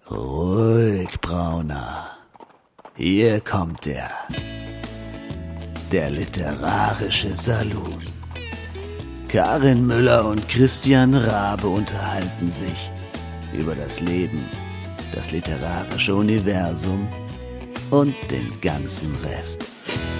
Ruhig, Brauner. Hier kommt er. Der literarische Saloon. Karin Müller und Christian Rabe unterhalten sich über das Leben, das literarische Universum und den ganzen Rest.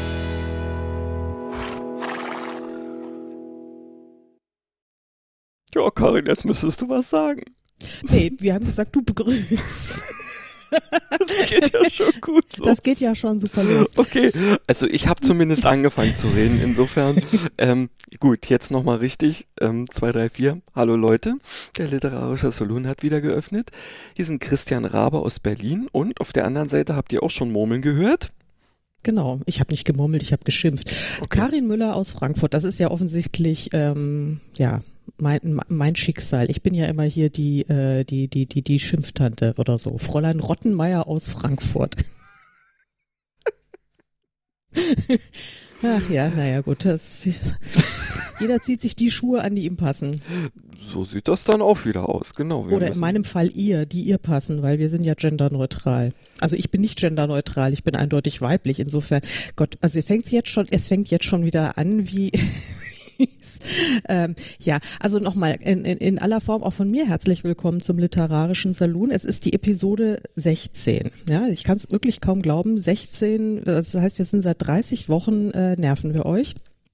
Ja, Karin, jetzt müsstest du was sagen. Nee, wir haben gesagt, du begrüßt. Das geht ja schon gut los. Das geht ja schon super los. Okay, also ich habe zumindest angefangen zu reden, insofern. Gut, jetzt nochmal richtig. 2, 3, 4. Hallo Leute, der literarische Saloon hat wieder geöffnet. Hier sind Christian Rabe aus Berlin und auf der anderen Seite habt ihr auch schon Murmeln gehört. Genau, ich habe nicht gemurmelt, ich habe geschimpft. Okay. Karin Müller aus Frankfurt, das ist ja offensichtlich, mein Schicksal. Ich bin ja immer hier die Schimpftante oder so. Fräulein Rottenmeier aus Frankfurt. Ach ja, naja gut, jeder zieht sich die Schuhe an, die ihm passen. So sieht das dann auch wieder aus, genau. Oder in meinem Fall die ihr passen, weil wir sind ja genderneutral. Also ich bin nicht genderneutral, ich bin eindeutig weiblich. Insofern, Gott, also es fängt jetzt schon wieder an, wie ja, also nochmal in aller Form auch von mir herzlich willkommen zum literarischen Saloon. Es ist die Episode 16. Ja, ich kann es wirklich kaum glauben. 16, das heißt, wir sind seit 30 Wochen nerven wir euch.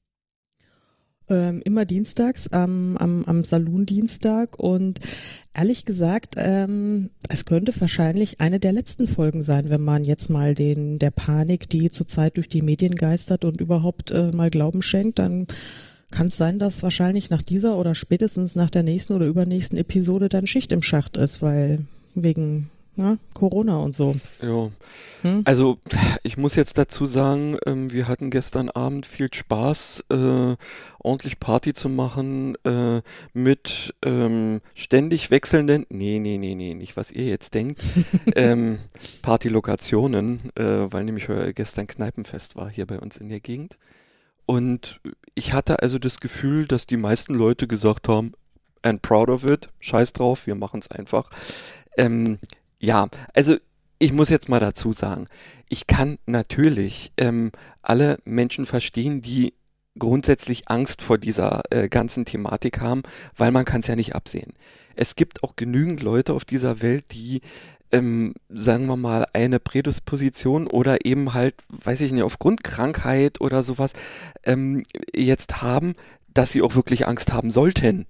Immer dienstags am Saloon-Dienstag und ehrlich gesagt, es könnte wahrscheinlich eine der letzten Folgen sein, wenn man jetzt mal der Panik, die zurzeit durch die Medien geistert und überhaupt mal Glauben schenkt, dann kann es sein, dass wahrscheinlich nach dieser oder spätestens nach der nächsten oder übernächsten Episode dann Schicht im Schacht ist, weil wegen Corona und so. Ja, also ich muss jetzt dazu sagen, wir hatten gestern Abend viel Spaß, ordentlich Party zu machen mit ständig wechselnden, nee, nicht was ihr jetzt denkt, Partylokationen, weil nämlich gestern Kneipenfest war hier bei uns in der Gegend. Und ich hatte also das Gefühl, dass die meisten Leute gesagt haben, and proud of it, scheiß drauf, wir machen es einfach. Ja, also ich muss jetzt mal dazu sagen, ich kann natürlich alle Menschen verstehen, die grundsätzlich Angst vor dieser ganzen Thematik haben, weil man kann es ja nicht absehen. Es gibt auch genügend Leute auf dieser Welt, die sagen wir mal, eine Prädisposition oder eben halt, weiß ich nicht, aufgrund Krankheit oder sowas jetzt haben, dass sie auch wirklich Angst haben sollten.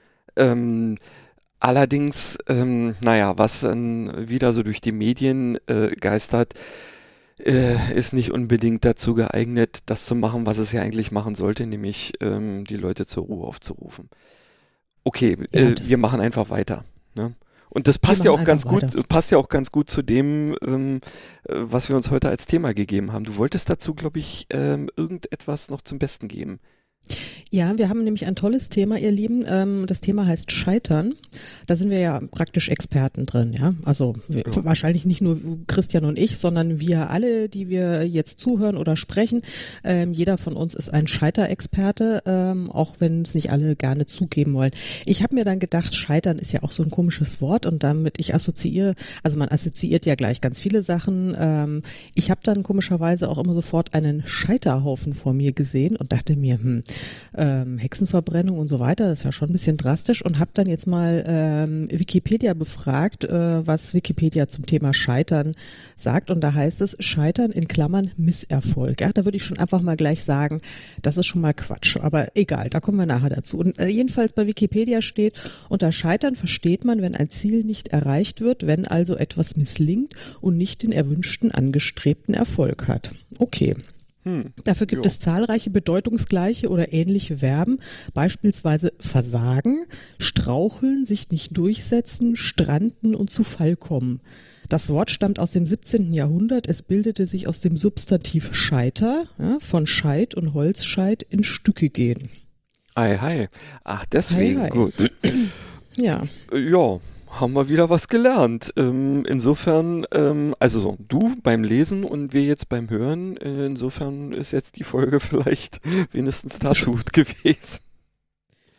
Allerdings, was dann wieder so durch die Medien geistert, ist nicht unbedingt dazu geeignet, das zu machen, was es ja eigentlich machen sollte, nämlich die Leute zur Ruhe aufzurufen. Okay, wir machen einfach weiter, ne? Und das passt ja auch ganz gut zu dem, was wir uns heute als Thema gegeben haben. Du wolltest dazu, glaube ich, irgendetwas noch zum Besten geben. Ja, wir haben nämlich ein tolles Thema, ihr Lieben. Das Thema heißt Scheitern. Da sind wir ja praktisch Experten drin, ja. Also wahrscheinlich nicht nur Christian und ich, sondern wir alle, die wir jetzt zuhören oder sprechen. Jeder von uns ist ein Scheiterexperte, auch wenn es nicht alle gerne zugeben wollen. Ich habe mir dann gedacht, Scheitern ist ja auch so ein komisches Wort und damit man assoziiert ja gleich ganz viele Sachen. Ich habe dann komischerweise auch immer sofort einen Scheiterhaufen vor mir gesehen und dachte mir, Hexenverbrennung und so weiter, das ist ja schon ein bisschen drastisch und habe dann jetzt mal Wikipedia befragt, was Wikipedia zum Thema Scheitern sagt und da heißt es Scheitern in Klammern Misserfolg. Ja, da würde ich schon einfach mal gleich sagen, das ist schon mal Quatsch, aber egal, da kommen wir nachher dazu. Und jedenfalls bei Wikipedia steht, unter Scheitern versteht man, wenn ein Ziel nicht erreicht wird, wenn also etwas misslingt und nicht den erwünschten, angestrebten Erfolg hat. Okay. Dafür gibt es zahlreiche bedeutungsgleiche oder ähnliche Verben, beispielsweise versagen, straucheln, sich nicht durchsetzen, stranden und zu Fall kommen. Das Wort stammt aus dem 17. Jahrhundert. Es bildete sich aus dem Substantiv Scheiter, von Scheit und Holzscheit in Stücke gehen. Hi. Ach, deswegen, Hi. Gut. Ja. Ja. Haben wir wieder was gelernt. Insofern, du beim Lesen und wir jetzt beim Hören, insofern ist jetzt die Folge vielleicht wenigstens dazu gewesen.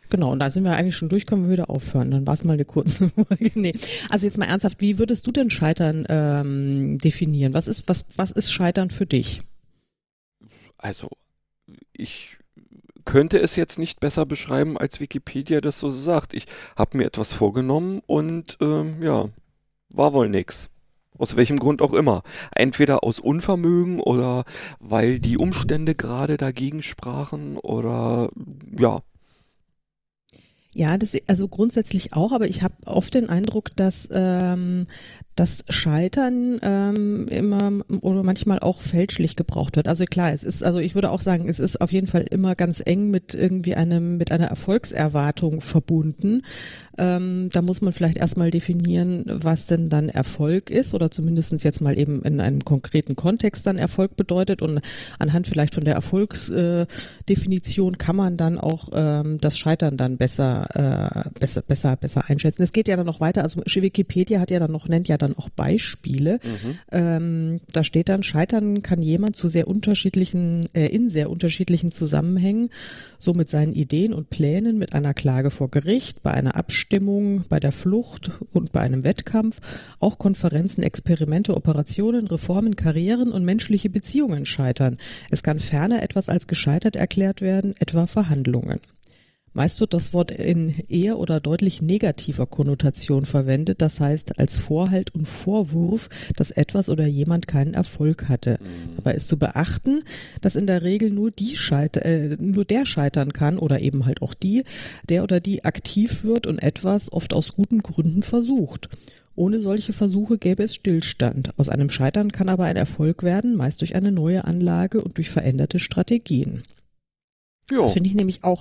Genau, und da sind wir eigentlich schon durch, können wir wieder aufhören. Dann war es mal eine kurze Folge. Nee. Also jetzt mal ernsthaft, wie würdest du denn Scheitern definieren? Was ist Scheitern für dich? Also, ich könnte es jetzt nicht besser beschreiben, als Wikipedia das so sagt. Ich habe mir etwas vorgenommen und ja, war wohl nix. Aus welchem Grund auch immer. Entweder aus Unvermögen oder weil die Umstände gerade dagegen sprachen oder ja. Ja, also grundsätzlich auch, aber ich habe oft den Eindruck, dass das Scheitern immer oder manchmal auch fälschlich gebraucht wird. Also klar, also ich würde auch sagen, es ist auf jeden Fall immer ganz eng mit irgendwie mit einer Erfolgserwartung verbunden. Da muss man vielleicht erstmal definieren, was denn dann Erfolg ist oder zumindest jetzt mal eben in einem konkreten Kontext dann Erfolg bedeutet, und anhand vielleicht von der Erfolgsdefinition kann man dann auch das Scheitern dann besser einschätzen. Es geht ja dann noch weiter, also Wikipedia nennt ja dann auch Beispiele. Da steht dann, Scheitern kann jemand in sehr unterschiedlichen Zusammenhängen, so mit seinen Ideen und Plänen, mit einer Klage vor Gericht, bei einer Abstimmung, bei der Flucht und bei einem Wettkampf, auch Konferenzen, Experimente, Operationen, Reformen, Karrieren und menschliche Beziehungen scheitern. Es kann ferner etwas als gescheitert erklärt werden, etwa Verhandlungen. Meist wird das Wort in eher oder deutlich negativer Konnotation verwendet, das heißt als Vorhalt und Vorwurf, dass etwas oder jemand keinen Erfolg hatte. Dabei ist zu beachten, dass in der Regel nur der scheitern kann oder eben halt auch der oder die aktiv wird und etwas oft aus guten Gründen versucht. Ohne solche Versuche gäbe es Stillstand. Aus einem Scheitern kann aber ein Erfolg werden, meist durch eine neue Anlage und durch veränderte Strategien. Jo. Das finde ich nämlich auch,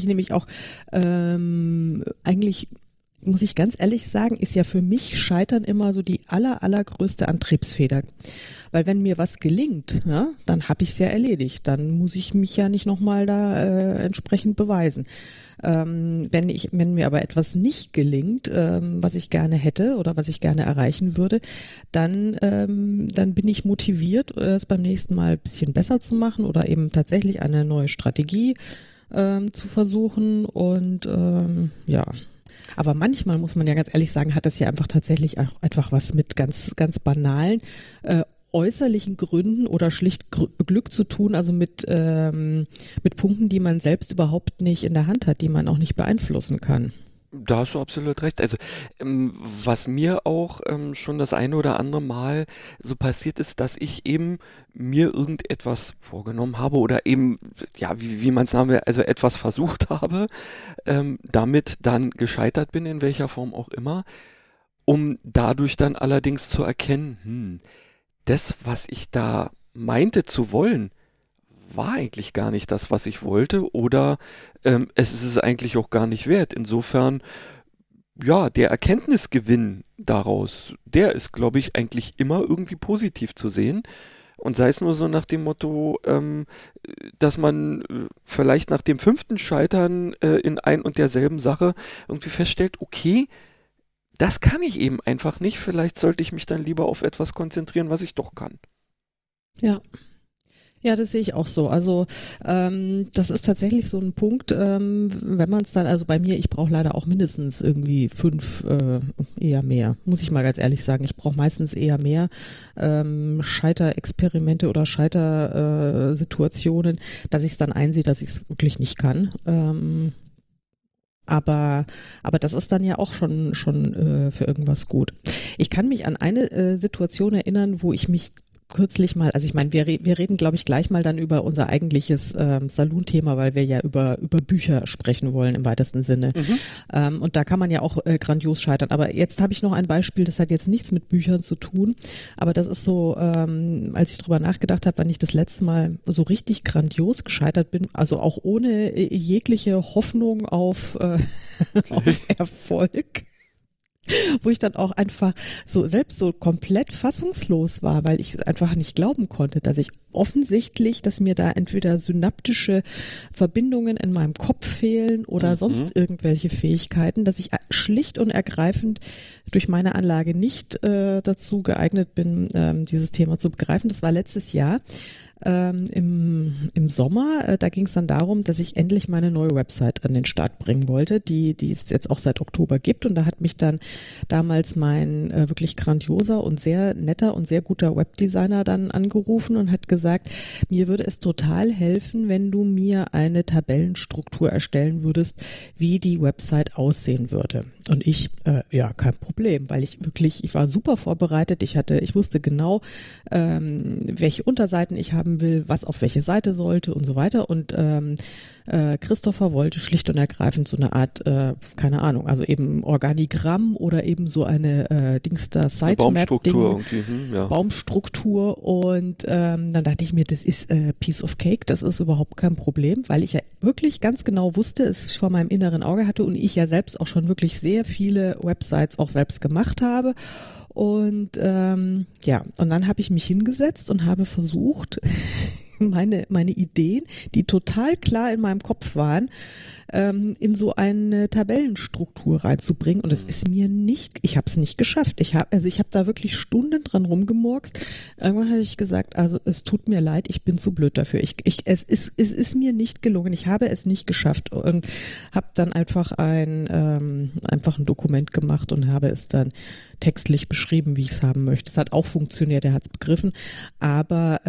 eigentlich, muss ich ganz ehrlich sagen, ist ja für mich Scheitern immer so die allergrößte Antriebsfeder. Weil wenn mir was gelingt, ja, dann habe ich es ja erledigt. Dann muss ich mich ja nicht nochmal da entsprechend beweisen. Wenn mir aber etwas nicht gelingt, was ich gerne hätte oder was ich gerne erreichen würde, dann bin ich motiviert, es beim nächsten Mal ein bisschen besser zu machen oder eben tatsächlich eine neue Strategie zu versuchen. Und ja, aber manchmal muss man ja ganz ehrlich sagen, hat das ja einfach tatsächlich auch einfach was mit ganz banalen äußerlichen Gründen oder schlicht Glück zu tun, also mit Punkten, die man selbst überhaupt nicht in der Hand hat, die man auch nicht beeinflussen kann. Da hast du absolut recht. Also was mir auch schon das eine oder andere Mal so passiert ist, dass ich eben mir irgendetwas vorgenommen habe oder eben, ja, wie man es nennen will, also etwas versucht habe, damit dann gescheitert bin, in welcher Form auch immer, um dadurch dann allerdings zu erkennen, das, was ich da meinte zu wollen, war eigentlich gar nicht das, was ich wollte, oder es ist es eigentlich auch gar nicht wert. Insofern, ja, der Erkenntnisgewinn daraus, der ist, glaube ich, eigentlich immer irgendwie positiv zu sehen. Und sei es nur so nach dem Motto, dass man vielleicht nach dem 5. Scheitern in ein und derselben Sache irgendwie feststellt, okay, das kann ich eben einfach nicht. Vielleicht sollte ich mich dann lieber auf etwas konzentrieren, was ich doch kann. Ja. Ja, das sehe ich auch so. Also das ist tatsächlich so ein Punkt, wenn man es dann, also bei mir, ich brauche leider auch mindestens irgendwie 5, eher mehr, muss ich mal ganz ehrlich sagen. Ich brauche meistens eher mehr Scheiterexperimente oder Scheitersituationen, dass ich es dann einsehe, dass ich es wirklich nicht kann. Aber das ist dann ja auch schon für irgendwas gut. Ich kann mich an eine Situation erinnern, wo ich mich kürzlich mal, also ich meine, wir reden, glaube ich, gleich mal dann über unser eigentliches Saloon-Thema, weil wir ja über Bücher sprechen wollen im weitesten Sinne. Und da kann man ja auch grandios scheitern. Aber jetzt habe ich noch ein Beispiel, das hat jetzt nichts mit Büchern zu tun, aber das ist so, als ich drüber nachgedacht habe, wann ich das letzte Mal so richtig grandios gescheitert bin, also auch ohne jegliche Hoffnung auf Erfolg. Wo ich dann auch einfach selbst so komplett fassungslos war, weil ich einfach nicht glauben konnte, dass mir da entweder synaptische Verbindungen in meinem Kopf fehlen oder sonst irgendwelche Fähigkeiten, dass ich schlicht und ergreifend durch meine Anlage nicht dazu geeignet bin, dieses Thema zu begreifen. Das war letztes Jahr. im Sommer. Da ging es dann darum, dass ich endlich meine neue Website an den Start bringen wollte, die es jetzt auch seit Oktober gibt. Und da hat mich dann damals mein wirklich grandioser und sehr netter und sehr guter Webdesigner dann angerufen und hat gesagt, mir würde es total helfen, wenn du mir eine Tabellenstruktur erstellen würdest, wie die Website aussehen würde. Und ich, ja, kein Problem, weil ich war super vorbereitet. Ich wusste genau, welche Unterseiten ich haben will, was auf welche Seite sollte und so weiter. Und Christopher wollte schlicht und ergreifend so eine Art, keine Ahnung, also eben Organigramm oder eben so eine Baumstruktur irgendwie, Baumstruktur. Und dann dachte ich mir, das ist Piece of Cake, das ist überhaupt kein Problem, weil ich ja wirklich ganz genau wusste, es vor meinem inneren Auge hatte und ich ja selbst auch schon wirklich sehr viele Websites auch selbst gemacht habe. Und ja, und dann habe ich mich hingesetzt und habe versucht, meine Ideen, die total klar in meinem Kopf waren, in so eine Tabellenstruktur reinzubringen. Und es ist mir ich habe es nicht geschafft. Ich habe da wirklich Stunden dran rumgemurkst. Irgendwann habe ich gesagt, also es tut mir leid, ich bin zu blöd dafür. Es ist mir nicht gelungen. Ich habe es nicht geschafft und habe dann einfach ein Dokument gemacht und habe es dann textlich beschrieben, wie ich es haben möchte. Es hat auch funktioniert, er hat es begriffen, aber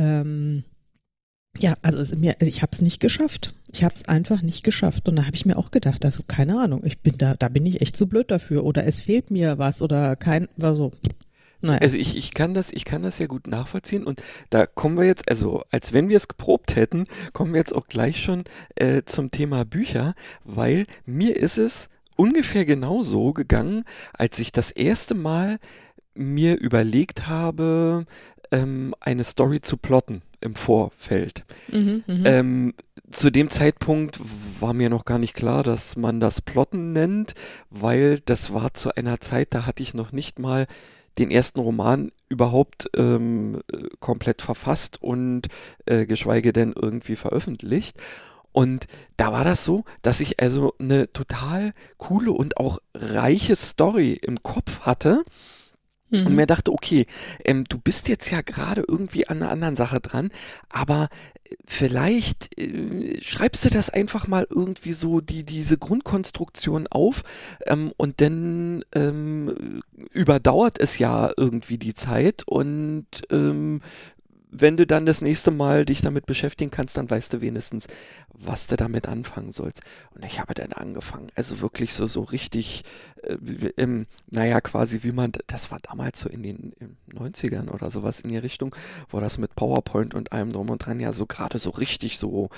ja, also ich habe es nicht geschafft. Ich habe es einfach nicht geschafft. Und da habe ich mir auch gedacht, also keine Ahnung, da bin ich echt zu blöd dafür. Oder es fehlt mir was oder war so. Naja. Also ich kann das ja gut nachvollziehen und da kommen wir jetzt, also als wenn wir es geprobt hätten, kommen wir jetzt auch gleich schon zum Thema Bücher, weil mir ist es ungefähr genauso gegangen, als ich das erste Mal mir überlegt habe, eine Story zu plotten im Vorfeld. Zu dem Zeitpunkt war mir noch gar nicht klar, dass man das Plotten nennt, weil das war zu einer Zeit, da hatte ich noch nicht mal den ersten Roman überhaupt komplett verfasst und geschweige denn irgendwie veröffentlicht. Und da war das so, dass ich also eine total coole und auch reiche Story im Kopf hatte. Und mir dachte, okay, du bist jetzt ja gerade irgendwie an einer anderen Sache dran, aber vielleicht schreibst du das einfach mal irgendwie so, diese Grundkonstruktion auf und dann überdauert es ja irgendwie die Zeit und wenn du dann das nächste Mal dich damit beschäftigen kannst, dann weißt du wenigstens, was du damit anfangen sollst. Und ich habe dann angefangen, also wirklich so richtig, naja, quasi wie man, das war damals so in den 90ern oder sowas in die Richtung, wo das mit PowerPoint und allem drum und dran ja so gerade so richtig so,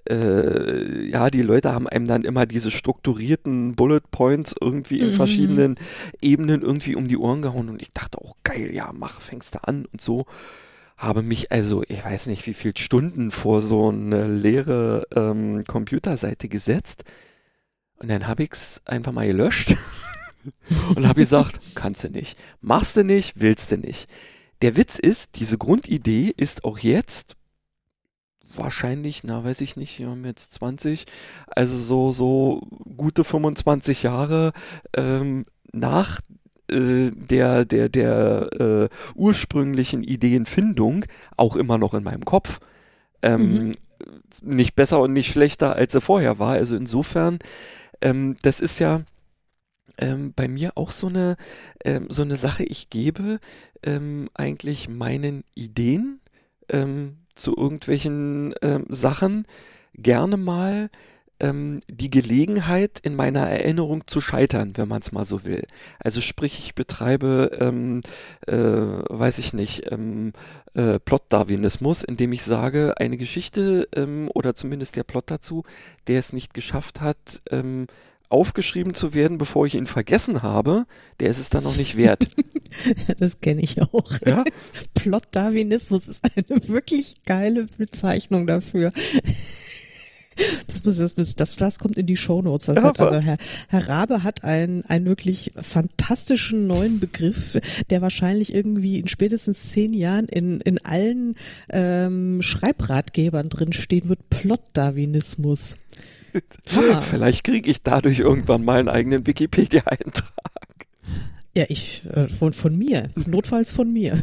ja, die Leute haben einem dann immer diese strukturierten Bullet Points irgendwie in verschiedenen Ebenen irgendwie um die Ohren gehauen und ich dachte auch, geil, ja, fängst du an und so. Habe mich also, ich weiß nicht wie viele Stunden vor so eine leere Computerseite gesetzt und dann habe ich es einfach mal gelöscht und habe gesagt, kannst du nicht, machst du nicht, willst du nicht. Der Witz ist, diese Grundidee ist auch jetzt wahrscheinlich, weiß ich nicht, wir haben jetzt 20, also so gute 25 Jahre nach der ursprünglichen Ideenfindung auch immer noch in meinem Kopf. Nicht besser und nicht schlechter, als er vorher war. Also insofern, das ist ja bei mir auch so eine Sache, ich gebe eigentlich meinen Ideen zu irgendwelchen Sachen gerne mal die Gelegenheit in meiner Erinnerung zu scheitern, wenn man es mal so will. Also sprich, ich betreibe, weiß ich nicht, Plot-Darwinismus, indem ich sage, eine Geschichte oder zumindest der Plot dazu, der es nicht geschafft hat, aufgeschrieben zu werden, bevor ich ihn vergessen habe, der ist es dann noch nicht wert. Das kenne ich auch. Ja? Plot-Darwinismus ist eine wirklich geile Bezeichnung dafür. Das kommt in die Shownotes. Also Herr Rabe hat einen wirklich fantastischen neuen Begriff, der wahrscheinlich irgendwie in spätestens 10 Jahren in allen Schreibratgebern drin stehen wird. Plot-Darwinismus. Vielleicht kriege ich dadurch irgendwann mal einen eigenen Wikipedia-Eintrag. Ja, von mir. Notfalls von mir.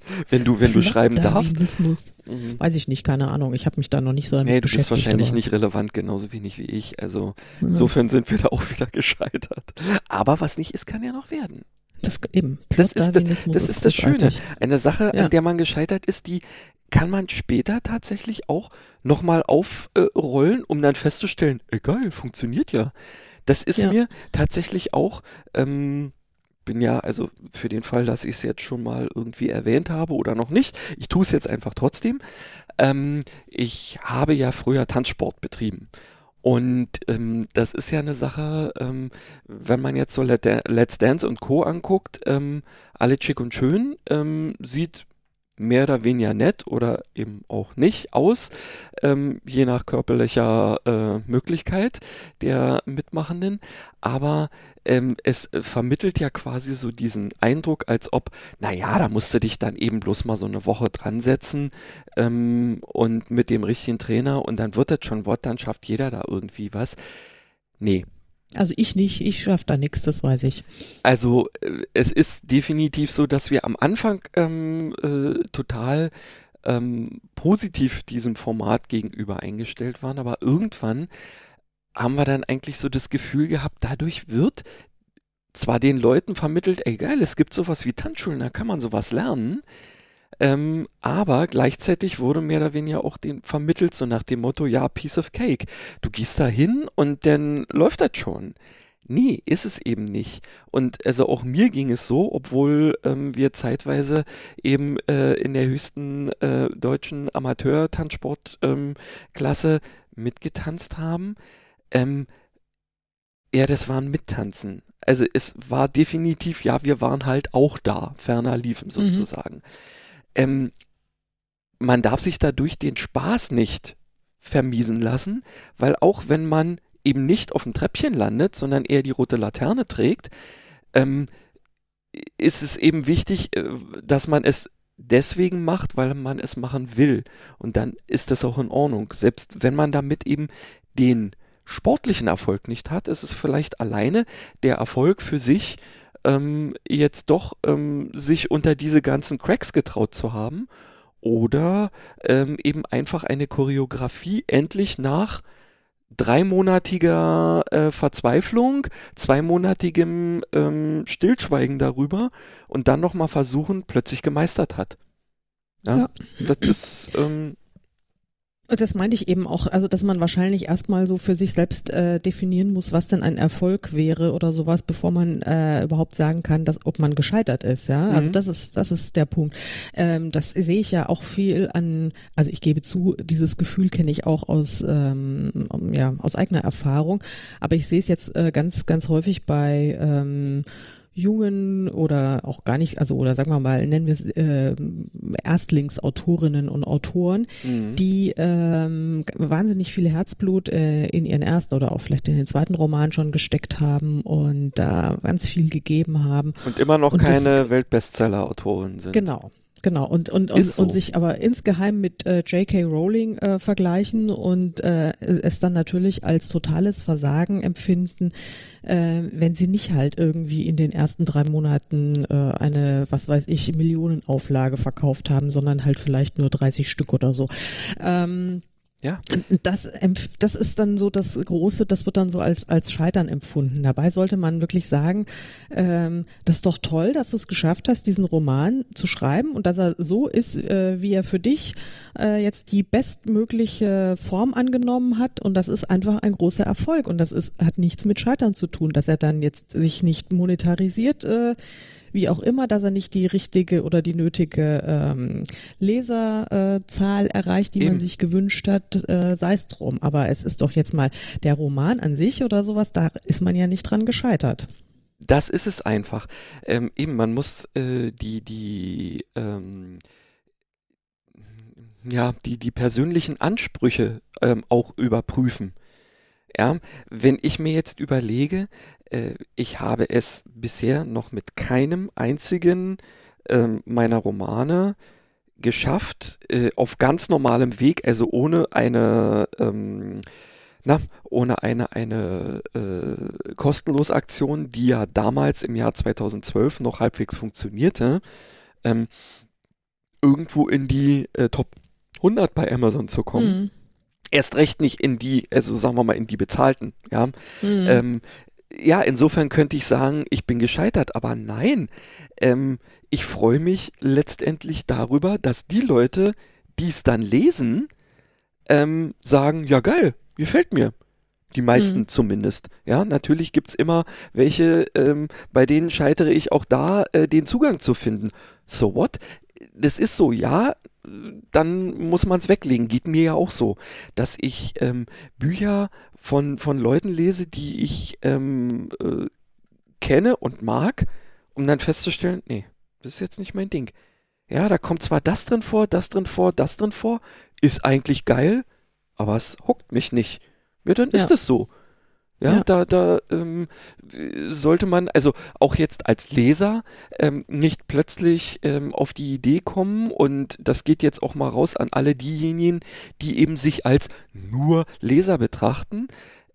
Wenn du schreiben darfst. Weiß ich nicht, keine Ahnung. Ich habe mich da noch nicht so damit beschäftigt. Du bist wahrscheinlich nicht relevant, genauso wenig wie ich. Also insofern sind wir da auch wieder gescheitert. Aber was nicht ist, kann ja noch werden. Das ist das Schöne. Eine Sache, an der man gescheitert ist, die kann man später tatsächlich auch nochmal aufrollen, um dann festzustellen, egal, funktioniert ja. Das ist mir tatsächlich auch, bin ja, also für den Fall, dass ich es jetzt schon mal irgendwie erwähnt habe oder noch nicht, ich tue es jetzt einfach trotzdem. Ich habe ja früher Tanzsport betrieben. Und das ist ja eine Sache, wenn man jetzt so Let's Dance und Co. anguckt, alle schick und schön, sieht mehr oder weniger nett oder eben auch nicht aus, je nach körperlicher Möglichkeit der Mitmachenden. Aber es vermittelt ja quasi so diesen Eindruck, als ob, naja, da musst du dich dann eben bloß mal so eine Woche dran setzen und mit dem richtigen Trainer und dann wird das schon was, dann schafft jeder da irgendwie was. Nee. Also ich nicht, ich schaffe da nichts, das weiß ich. Also es ist definitiv so, dass wir am Anfang total positiv diesem Format gegenüber eingestellt waren, aber irgendwann haben wir dann eigentlich so das Gefühl gehabt, dadurch wird zwar den Leuten vermittelt, ey geil, es gibt sowas wie Tanzschulen, da kann man sowas lernen, aber gleichzeitig wurde mehr oder weniger auch den vermittelt, so nach dem Motto, ja, Piece of Cake. Du gehst da hin und dann läuft das schon. Nee, ist es eben nicht. Und also auch mir ging es so, obwohl wir zeitweise eben in der höchsten deutschen Amateur-Tanzsport-Klasse mitgetanzt haben. Ja, das waren Mittanzen. Also es war definitiv, ja, wir waren halt auch da, ferner liefen sozusagen. Man darf sich dadurch den Spaß nicht vermiesen lassen, weil auch wenn man eben nicht auf dem Treppchen landet, sondern eher die rote Laterne trägt, ist es eben wichtig, dass man es deswegen macht, weil man es machen will. Und dann ist das auch in Ordnung. Selbst wenn man damit eben den sportlichen Erfolg nicht hat, ist es vielleicht alleine der Erfolg für sich, jetzt doch sich unter diese ganzen Cracks getraut zu haben oder eben einfach eine Choreografie endlich nach 3-monatiger Verzweiflung, 2-monatigem Stillschweigen darüber und dann nochmal versuchen, plötzlich gemeistert hat. Ja. Das ist das meinte ich eben auch, also dass man wahrscheinlich erstmal so für sich selbst definieren muss, was denn ein Erfolg wäre oder sowas, bevor man überhaupt sagen kann, ob man gescheitert ist, ja. Also das ist der Punkt. Das sehe ich ja auch viel also ich gebe zu, dieses Gefühl kenne ich auch aus eigener Erfahrung, aber ich sehe es jetzt ganz, ganz häufig bei jungen oder auch gar nicht, also oder sagen wir mal, nennen wir es Erstlingsautorinnen und Autoren, die wahnsinnig viel Herzblut in ihren ersten oder auch vielleicht in den zweiten Roman schon gesteckt haben und da ganz viel gegeben haben. Und immer noch keine Weltbestseller-Autoren sind. Genau. Und sich aber insgeheim mit J.K. Rowling vergleichen und es dann natürlich als totales Versagen empfinden, wenn sie nicht halt irgendwie in den ersten 3 Monaten eine, was weiß ich, Millionenauflage verkauft haben, sondern halt vielleicht nur 30 Stück oder so. Ja. Das ist dann so das Große, das wird dann so als Scheitern empfunden. Dabei sollte man wirklich sagen, das ist doch toll, dass du es geschafft hast, diesen Roman zu schreiben und dass er so ist, wie er für dich jetzt die bestmögliche Form angenommen hat und das ist einfach ein großer Erfolg und hat nichts mit Scheitern zu tun, dass er dann jetzt sich nicht monetarisiert, wie auch immer, dass er nicht die richtige oder die nötige Leserzahl erreicht, die man sich gewünscht hat, sei es drum. Aber es ist doch jetzt mal der Roman an sich oder sowas, da ist man ja nicht dran gescheitert. Das ist es einfach. Eben, man muss die persönlichen Ansprüche auch überprüfen. Ja, wenn ich mir jetzt überlege, ich habe es bisher noch mit keinem einzigen meiner Romane geschafft, auf ganz normalem Weg, also ohne eine kostenlose Aktion, die ja damals im Jahr 2012 noch halbwegs funktionierte, irgendwo in die Top 100 bei Amazon zu kommen. Mhm. Erst recht nicht in die, also sagen wir mal in die bezahlten, ja. Mhm. Ja, insofern könnte ich sagen, ich bin gescheitert, aber nein, ich freue mich letztendlich darüber, dass die Leute, die es dann lesen, sagen, ja geil, gefällt mir. Die meisten zumindest. Ja, natürlich gibt es immer welche, bei denen scheitere ich auch da, den Zugang zu finden. So what? Das ist so, ja, dann muss man es weglegen. Geht mir ja auch so, dass ich Bücher von Leuten lese, die ich kenne und mag, um dann festzustellen, nee, das ist jetzt nicht mein Ding. Ja, da kommt zwar das drin vor, das drin vor, das drin vor, ist eigentlich geil, aber es huckt mich nicht. Ja, dann ist es so. Ja, da sollte man, also auch jetzt als Leser, nicht plötzlich auf die Idee kommen, und das geht jetzt auch mal raus an alle diejenigen, die eben sich als nur Leser betrachten.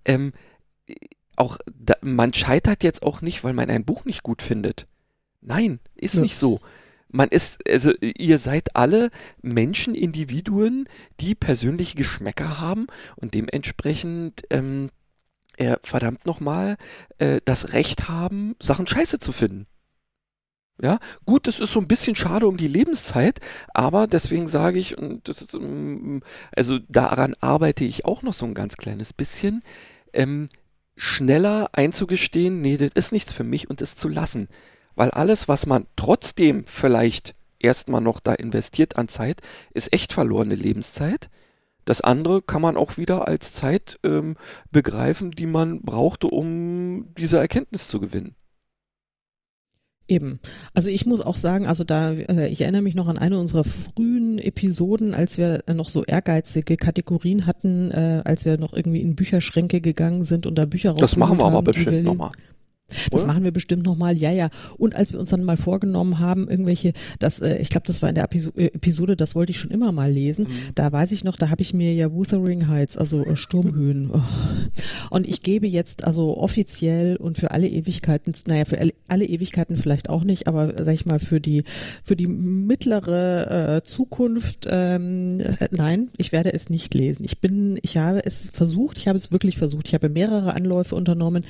Man scheitert jetzt auch nicht, weil man ein Buch nicht gut findet. Nein, ist nicht so. Also ihr seid alle Menschen, Individuen, die persönliche Geschmäcker haben und dementsprechend verdammt nochmal das Recht haben, Sachen scheiße zu finden. Ja, gut, das ist so ein bisschen schade um die Lebenszeit, aber deswegen sage ich, und das ist, also daran arbeite ich auch noch so ein ganz kleines bisschen, schneller einzugestehen, nee, das ist nichts für mich, und es zu lassen. Weil alles, was man trotzdem vielleicht erstmal noch da investiert an Zeit, ist echt verlorene Lebenszeit. Das andere kann man auch wieder als Zeit begreifen, die man brauchte, um diese Erkenntnis zu gewinnen. Eben. Also ich muss auch sagen, also ich erinnere mich noch an eine unserer frühen Episoden, als wir noch so ehrgeizige Kategorien hatten, als wir noch irgendwie in Bücherschränke gegangen sind und da Bücher rausgeholt haben. Das machen wir aber bestimmt nochmal. Das machen wir bestimmt nochmal, ja. Und als wir uns dann mal vorgenommen haben, irgendwelche, ich glaube, das war in der Episode, das wollte ich schon immer mal lesen, da weiß ich noch, da habe ich mir ja Wuthering Heights, also Sturmhöhen. Und ich gebe jetzt also offiziell und für alle Ewigkeiten, für alle Ewigkeiten vielleicht auch nicht, aber sag ich mal, für die mittlere Zukunft, nein, ich werde es nicht lesen. Ich habe es wirklich versucht. Ich habe mehrere Anläufe unternommen.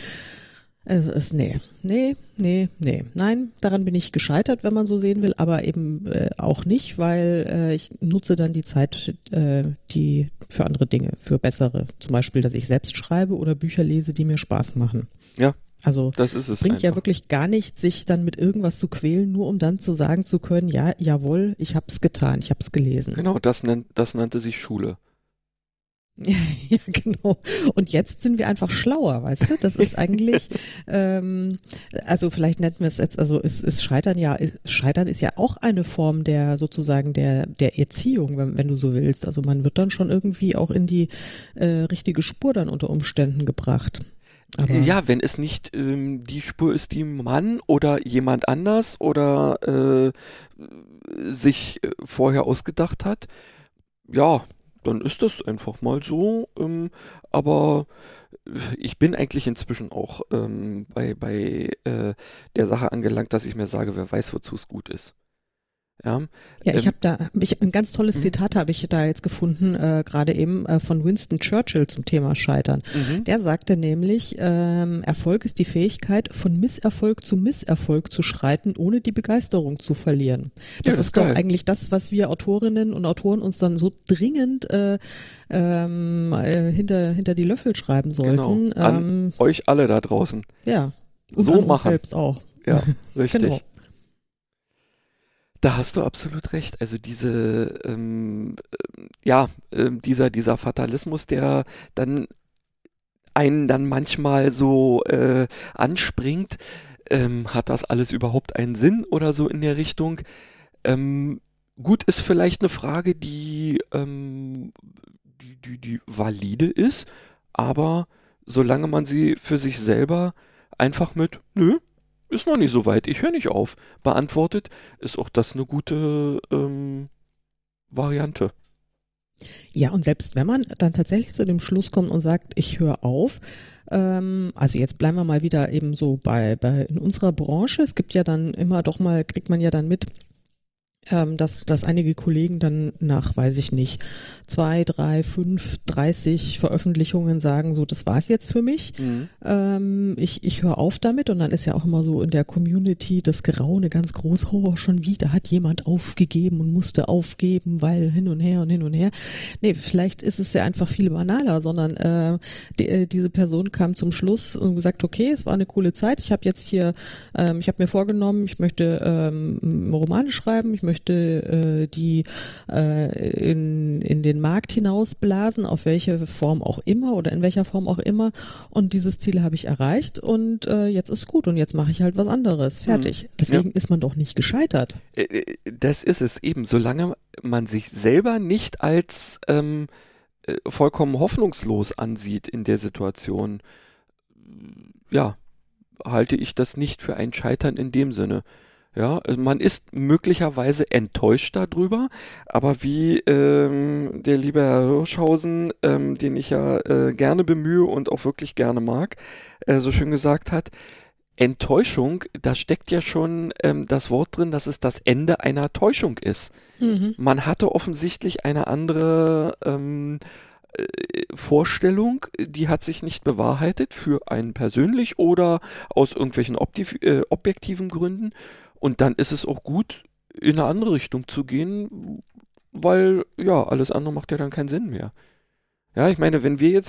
Nein, daran bin ich gescheitert, wenn man so sehen will, aber eben auch nicht, weil ich nutze dann die Zeit, die für andere Dinge, für bessere, zum Beispiel, dass ich selbst schreibe oder Bücher lese, die mir Spaß machen. Ja, also das ist es bringt einfach. ja wirklich gar nichts, sich dann mit irgendwas zu quälen, nur um dann zu sagen zu können, ja, jawohl, ich habe es getan, ich habe es gelesen. Genau, das nannte sich Schule. Ja, genau. Und jetzt sind wir einfach schlauer, weißt du? Das ist eigentlich, also vielleicht nennen wir es jetzt, also ist Scheitern ist ja auch eine Form der sozusagen der Erziehung, wenn du so willst. Also man wird dann schon irgendwie auch in die richtige Spur dann unter Umständen gebracht. Aber ja, wenn es nicht die Spur ist, die man oder jemand anders oder sich vorher ausgedacht hat, ja, dann ist das einfach mal so. Aber ich bin eigentlich inzwischen auch bei der Sache angelangt, dass ich mir sage, wer weiß, wozu es gut ist. Ja, ich habe ein ganz tolles Zitat habe ich da jetzt gefunden, gerade eben von Winston Churchill zum Thema Scheitern. Der sagte nämlich, Erfolg ist die Fähigkeit, von Misserfolg zu Misserfolg zu schreiten, ohne die Begeisterung zu verlieren. Das ist doch eigentlich das, was wir Autorinnen und Autoren uns dann so dringend hinter die Löffel schreiben sollten. Genau. An euch alle da draußen. Ja. Und so an machen. Uns selbst auch. Ja, richtig. Genau. Da hast du absolut recht. Also dieser Fatalismus, der dann einen dann manchmal so anspringt, hat das alles überhaupt einen Sinn oder so in der Richtung? Gut, ist vielleicht eine Frage, die valide ist, aber solange man sie für sich selber einfach mit, nö, ist noch nicht so weit, ich höre nicht auf, beantwortet, ist auch das eine gute Variante. Ja, und selbst wenn man dann tatsächlich zu dem Schluss kommt und sagt, ich höre auf, also jetzt bleiben wir mal wieder eben so in unserer Branche, es gibt ja dann immer doch mal, kriegt man ja dann mit, dass einige Kollegen dann nach, weiß ich nicht, 2, 3, 5, 30 Veröffentlichungen sagen, so, das war's jetzt für mich. Ich höre auf damit, und dann ist ja auch immer so in der Community das Geraune ganz groß, oh, schon wieder hat jemand aufgegeben und musste aufgeben, weil hin und her und hin und her. Nee, vielleicht ist es ja einfach viel banaler, sondern diese Person kam zum Schluss und gesagt, okay, es war eine coole Zeit, ich habe jetzt hier, ich habe mir vorgenommen, ich möchte Romane schreiben, ich möchte die in den Markt hinausblasen, auf welche Form auch immer oder in welcher Form auch immer, und dieses Ziel habe ich erreicht, und jetzt ist gut und jetzt mache ich halt was anderes, fertig. Deswegen ist man doch nicht gescheitert. Das ist es eben, solange man sich selber nicht als vollkommen hoffnungslos ansieht in der Situation, ja, halte ich das nicht für ein Scheitern in dem Sinne. Ja, man ist möglicherweise enttäuscht darüber, aber wie der liebe Herr Hirschhausen, den ich ja gerne bemühe und auch wirklich gerne mag, so schön gesagt hat, Enttäuschung, da steckt ja schon das Wort drin, dass es das Ende einer Täuschung ist. Man hatte offensichtlich eine andere Vorstellung, die hat sich nicht bewahrheitet für einen persönlich oder aus irgendwelchen objektiven Gründen. Und dann ist es auch gut, in eine andere Richtung zu gehen, weil ja, alles andere macht ja dann keinen Sinn mehr. Ja, ich meine, wenn wir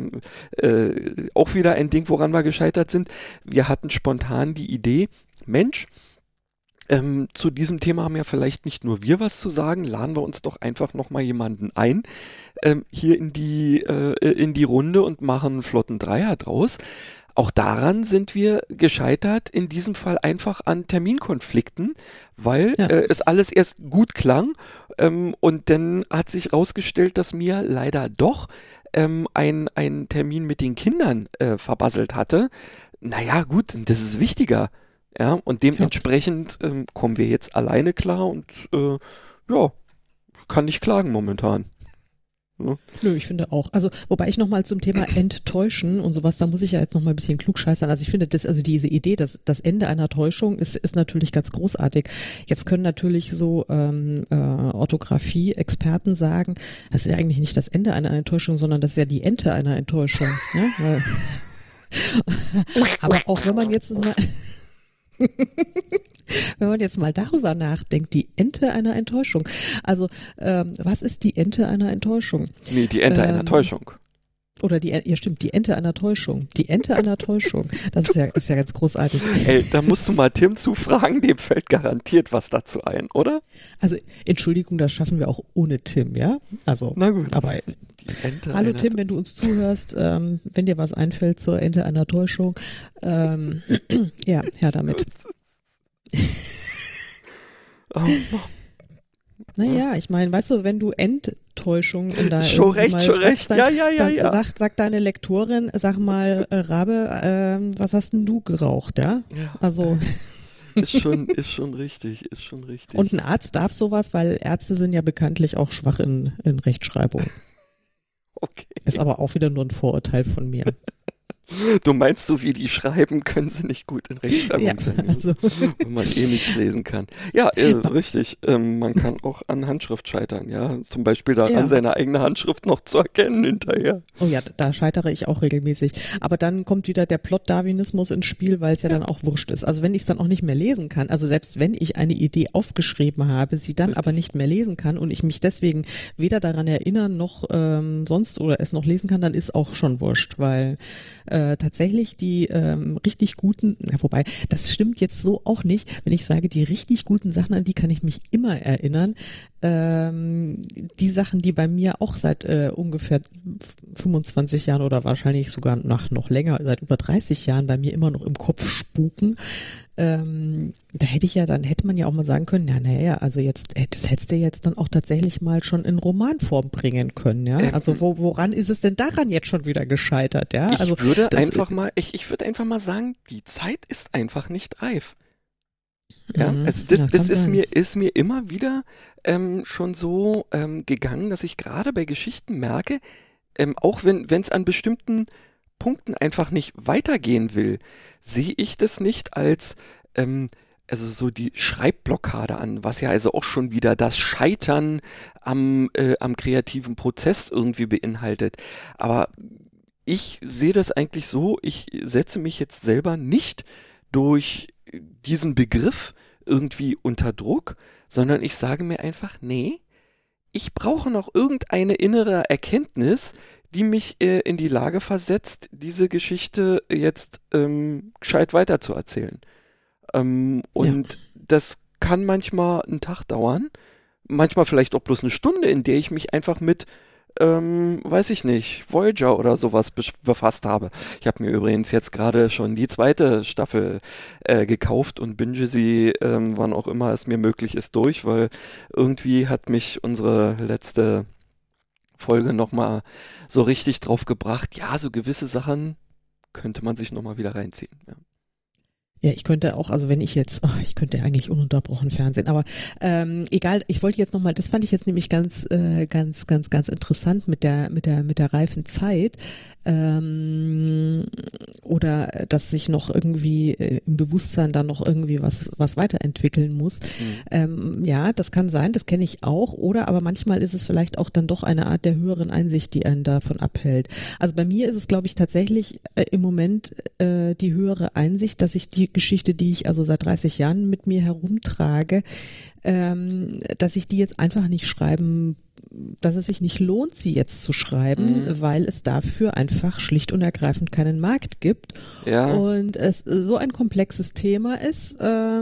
auch wieder ein Ding, woran wir gescheitert sind, wir hatten spontan die Idee, Mensch, zu diesem Thema haben ja vielleicht nicht nur wir was zu sagen, laden wir uns doch einfach nochmal jemanden ein, hier in die Runde und machen einen flotten Dreier draus. Auch daran sind wir gescheitert, in diesem Fall einfach an Terminkonflikten, weil es alles erst gut klang, und dann hat sich rausgestellt, dass mir leider doch ein Termin mit den Kindern verbasselt hatte. Naja, gut, das ist wichtiger. Ja, und dementsprechend kommen wir jetzt alleine klar und ja, kann nicht klagen momentan. Ja. Nö, ich finde auch. Also, wobei ich nochmal zum Thema Enttäuschen und sowas, da muss ich ja jetzt nochmal ein bisschen klugscheißern. Also ich finde, diese Idee, dass das Ende einer Täuschung ist natürlich ganz großartig. Jetzt können natürlich so Orthographie-Experten sagen, das ist ja eigentlich nicht das Ende einer Enttäuschung, sondern das ist ja die Ente einer Enttäuschung. Ja? Aber auch wenn man jetzt mal wenn man jetzt mal darüber nachdenkt, die Ente einer Enttäuschung. Also, was ist die Ente einer Enttäuschung? Nee, die Ente einer Täuschung. Oder stimmt, die Ente einer Täuschung. Die Ente einer Täuschung. Das ist ja ganz großartig. Ey, da musst du mal Tim zufragen, dem fällt garantiert was dazu ein, oder? Also, Entschuldigung, das schaffen wir auch ohne Tim, ja? Also, na gut. Aber hallo Tim, wenn du uns zuhörst, wenn dir was einfällt zur Ente einer Täuschung, ja, her damit. Oh. Naja, ich meine, weißt du, wenn du Enttäuschung in deinem schon recht, ja. Sagt deine Lektorin, sag mal, Rabe, was hast denn du geraucht, ja? Also ist schon richtig. Und ein Arzt darf sowas, weil Ärzte sind ja bekanntlich auch schwach in Rechtschreibung. Okay. Ist aber auch wieder nur ein Vorurteil von mir. Du meinst, so wie die schreiben, können sie nicht gut in Rechtschreibung sein, also. Wenn man nichts lesen kann. Ja, richtig. Man kann auch an Handschrift scheitern, ja. Zum Beispiel daran, seine eigene Handschrift noch zu erkennen hinterher. Oh ja, da scheitere ich auch regelmäßig. Aber dann kommt wieder der Plot-Darwinismus ins Spiel, weil es ja dann auch wurscht ist. Also wenn ich es dann auch nicht mehr lesen kann, also selbst wenn ich eine Idee aufgeschrieben habe, sie dann aber nicht mehr lesen kann und ich mich deswegen weder daran erinnern noch sonst oder es noch lesen kann, dann ist auch schon wurscht, weil tatsächlich die richtig guten, wobei, das stimmt jetzt so auch nicht, wenn ich sage, die richtig guten Sachen, an die kann ich mich immer erinnern. Die Sachen, die bei mir auch seit ungefähr 25 Jahren oder wahrscheinlich sogar noch länger, seit über 30 Jahren bei mir immer noch im Kopf spuken, da hätte man ja auch mal sagen können, naja, also jetzt, das hättest du jetzt dann auch tatsächlich mal schon in Romanform bringen können, ja. Also woran ist es denn daran jetzt schon wieder gescheitert, ja? Also ich würde einfach mal sagen, die Zeit ist einfach nicht reif. Ja, also das ist mir immer wieder schon so gegangen, dass ich gerade bei Geschichten merke, auch wenn es an bestimmten Punkten einfach nicht weitergehen will, sehe ich das nicht als also so die Schreibblockade an, was ja also auch schon wieder das Scheitern am kreativen Prozess irgendwie beinhaltet. Aber ich sehe das eigentlich so, ich setze mich jetzt selber nicht durch diesen Begriff irgendwie unter Druck, sondern ich sage mir einfach, nee, ich brauche noch irgendeine innere Erkenntnis, die mich in die Lage versetzt, diese Geschichte jetzt gescheit weiterzuerzählen. Und das kann manchmal einen Tag dauern, manchmal vielleicht auch bloß eine Stunde, in der ich mich einfach mit, weiß ich nicht, Voyager oder sowas befasst habe. Ich habe mir übrigens jetzt gerade schon die 2. Staffel gekauft und binge sie, wann auch immer es mir möglich ist, durch, weil irgendwie hat mich unsere letzte Folge nochmal so richtig drauf gebracht, ja, so gewisse Sachen könnte man sich nochmal wieder reinziehen. Ja. Ja, ich könnte auch, also wenn ich jetzt, ich könnte eigentlich ununterbrochen Fernsehen, aber egal, ich wollte jetzt nochmal, das fand ich jetzt nämlich ganz interessant mit der reifen Zeit, oder dass sich noch irgendwie im Bewusstsein dann noch irgendwie was weiterentwickeln muss. Ja, das kann sein, das kenne ich auch, oder aber manchmal ist es vielleicht auch dann doch eine Art der höheren Einsicht, die einen davon abhält. Also bei mir ist es, glaube ich, tatsächlich im Moment die höhere Einsicht, dass ich die Geschichte, die ich also seit 30 Jahren mit mir herumtrage, dass ich die jetzt einfach nicht schreiben, dass es sich nicht lohnt, sie jetzt zu schreiben, weil es dafür einfach schlicht und ergreifend keinen Markt gibt. Ja. Und es so ein komplexes Thema ist,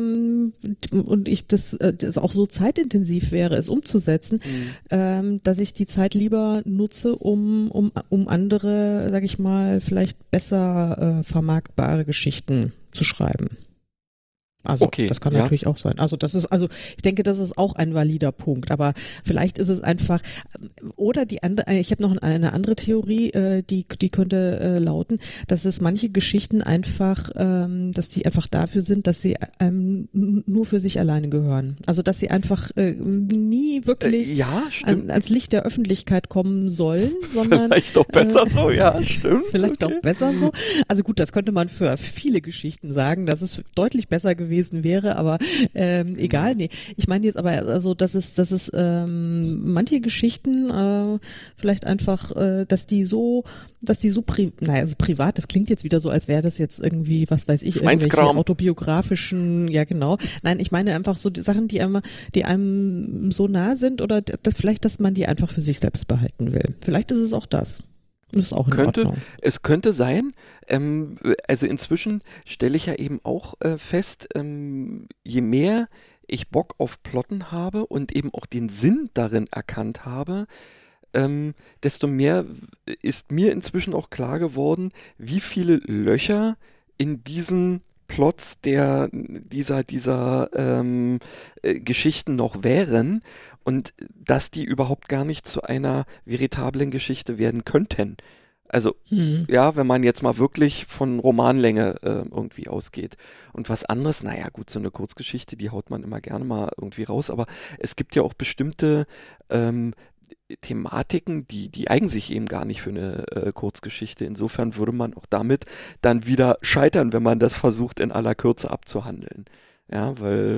und das auch so zeitintensiv wäre, es umzusetzen, dass ich die Zeit lieber nutze, um andere, sag ich mal, vielleicht besser vermarktbare Geschichten zu schreiben. Also okay, das kann natürlich auch sein. Also ich denke, das ist auch ein valider Punkt. Aber vielleicht ist es einfach, oder ich habe noch eine andere Theorie, die könnte lauten, dass es manche Geschichten einfach, dass die einfach dafür sind, dass sie nur für sich alleine gehören. Also dass sie einfach nie wirklich ans Licht der Öffentlichkeit kommen sollen, sondern vielleicht doch besser so, ja, stimmt. Vielleicht auch besser so. Also gut, das könnte man für viele Geschichten sagen, dass es deutlich besser gewesen wäre, aber egal, nee. Ich meine jetzt aber, also dass es manche Geschichten vielleicht einfach, dass die so privat, das klingt jetzt wieder so, als wäre das jetzt irgendwie, was weiß ich, irgendwelche autobiografischen, ja genau. Nein, ich meine einfach so die Sachen, die einem so nah sind oder dass man die einfach für sich selbst behalten will. Vielleicht ist es auch das. Das ist auch in Ordnung. Es könnte sein, also inzwischen stelle ich ja eben auch fest, je mehr ich Bock auf Plotten habe und eben auch den Sinn darin erkannt habe, desto mehr ist mir inzwischen auch klar geworden, wie viele Löcher in diesen Plots dieser Geschichten noch wären und dass die überhaupt gar nicht zu einer veritablen Geschichte werden könnten. Also, ja, wenn man jetzt mal wirklich von Romanlänge irgendwie ausgeht. Und was anderes, naja, gut, so eine Kurzgeschichte, die haut man immer gerne mal irgendwie raus, aber es gibt ja auch bestimmte Thematiken, die eignen sich eben gar nicht für eine Kurzgeschichte. Insofern würde man auch damit dann wieder scheitern, wenn man das versucht, in aller Kürze abzuhandeln. Ja,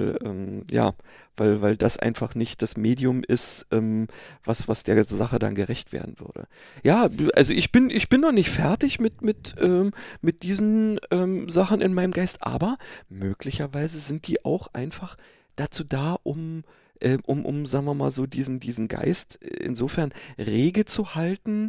weil das einfach nicht das Medium ist, was der Sache dann gerecht werden würde. Ja, also ich bin noch nicht fertig mit diesen Sachen in meinem Geist, aber möglicherweise sind die auch einfach dazu da, um sagen wir mal so, diesen Geist insofern rege zu halten,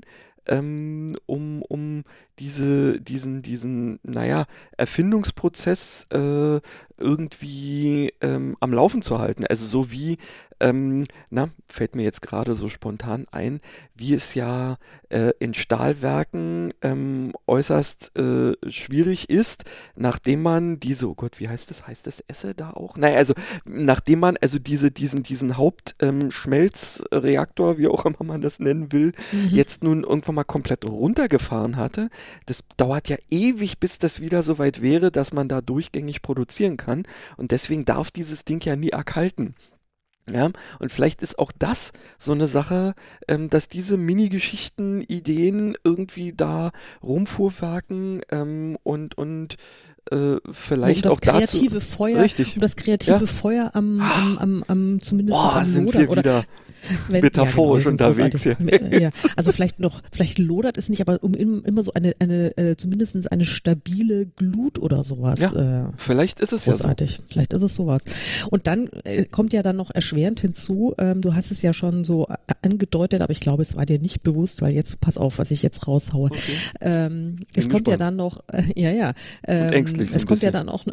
um diesen, naja, Erfindungsprozess irgendwie am Laufen zu halten. Also so wie, fällt mir jetzt gerade so spontan ein, wie es ja in Stahlwerken äußerst schwierig ist, nachdem man oh Gott, wie heißt das? Heißt das Esse da auch? Naja, also nachdem man also diesen Hauptschmelzreaktor, wie auch immer man das nennen will, jetzt nun irgendwann mal komplett runtergefahren hatte. Das dauert ja ewig, bis das wieder so weit wäre, dass man da durchgängig produzieren kann. Und deswegen darf dieses Ding ja nie erkalten. Ja, und vielleicht ist auch das so eine Sache, dass diese Mini-Geschichten, Ideen irgendwie da rumfuhrwerken und vielleicht auch dazu. Richtig. Um das kreative Feuer zumindest am sind Lodern wir oder wieder metaphorisch unterwegs. Ja. Ja, also vielleicht lodert es nicht, aber immer so eine zumindest eine stabile Glut oder sowas. Ja, vielleicht ist es großartig. Ja so. Vielleicht ist es sowas. Und dann kommt ja dann noch erschwerend hinzu, du hast es ja schon so angedeutet, aber ich glaube, es war dir nicht bewusst, weil jetzt, pass auf, was ich jetzt raushaue. Okay. Es kommt ja dann noch, und ängstlich so es kommt ja dann auch,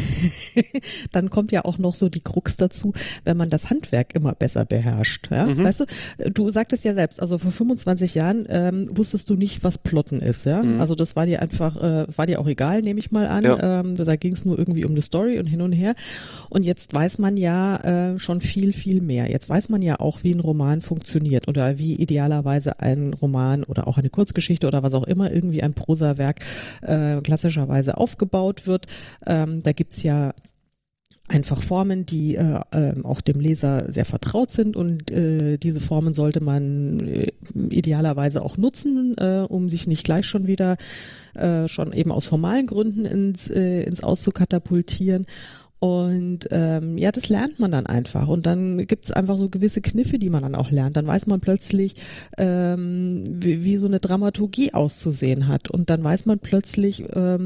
dann kommt ja auch noch so die Krux dazu, wenn man das Handwerk immer besser beherrscht. Ja? Weißt du sagtest ja selbst, also vor 25 Jahren wusstest du nicht, was Plotten ist. Ja? Also das war dir einfach, war dir auch egal, nehme ich mal an. Ja. Da ging es nur irgendwie um eine Story und hin und her. Und jetzt weiß man ja schon viel, viel mehr. Jetzt weiß man ja auch, wie ein Roman funktioniert oder wie idealerweise ein Roman oder auch eine Kurzgeschichte oder was auch immer, irgendwie ein Prosawerk klassischerweise aufgebaut wird. Da gibt's ja einfach Formen, die auch dem Leser sehr vertraut sind und diese Formen sollte man idealerweise auch nutzen, um sich nicht gleich schon wieder schon eben aus formalen Gründen ins Aus zu katapultieren. Und ja, das lernt man dann einfach. Und dann gibt es einfach so gewisse Kniffe, die man dann auch lernt. Dann weiß man plötzlich, wie so eine Dramaturgie auszusehen hat. Und dann weiß man plötzlich,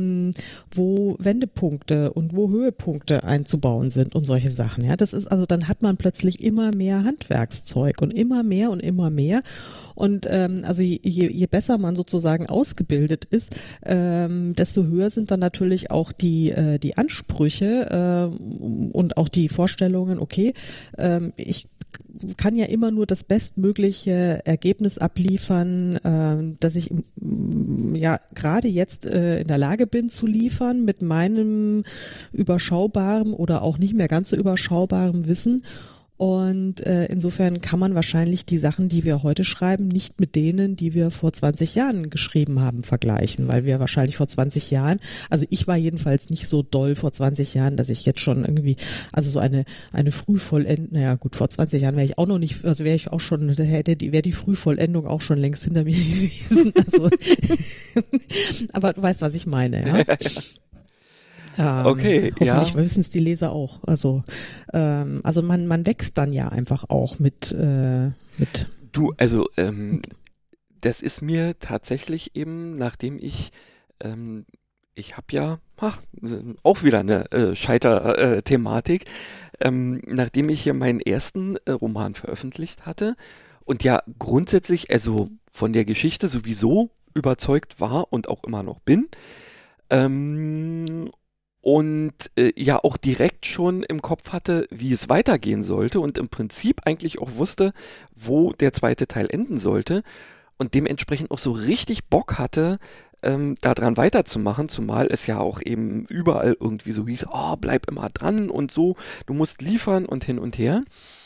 wo Wendepunkte und wo Höhepunkte einzubauen sind und solche Sachen. Ja, das ist also, dann hat man plötzlich immer mehr Handwerkszeug und immer mehr und immer mehr. Und also je besser man sozusagen ausgebildet ist, desto höher sind dann natürlich auch die Ansprüche und auch die Vorstellungen, okay, ich kann ja immer nur das bestmögliche Ergebnis abliefern, dass ich ja gerade jetzt in der Lage bin zu liefern mit meinem überschaubaren oder auch nicht mehr ganz so überschaubaren Wissen. Und insofern kann man wahrscheinlich die Sachen, die wir heute schreiben, nicht mit denen, die wir vor 20 Jahren geschrieben haben, vergleichen, weil wir wahrscheinlich vor 20 Jahren, also ich war jedenfalls nicht so doll vor 20 Jahren, dass ich jetzt schon irgendwie, also so eine Frühvollendung, naja gut, vor 20 Jahren wäre ich auch noch nicht, also wäre ich auch schon, wäre die Frühvollendung auch schon längst hinter mir gewesen. Also, aber du weißt, was ich meine, ja. Okay, hoffentlich wissen es die Leser auch. Also man wächst dann ja einfach auch mit. Du, also das ist mir tatsächlich eben, nachdem ich habe ja auch wieder eine Scheiter-Thematik, nachdem ich hier meinen ersten Roman veröffentlicht hatte und ja grundsätzlich, also von der Geschichte sowieso überzeugt war und auch immer noch bin. Und ja auch direkt schon im Kopf hatte, wie es weitergehen sollte und im Prinzip eigentlich auch wusste, wo der zweite Teil enden sollte und dementsprechend auch so richtig Bock hatte, daran weiterzumachen, zumal es ja auch eben überall irgendwie so hieß, oh, bleib immer dran und so, du musst liefern und hin und her.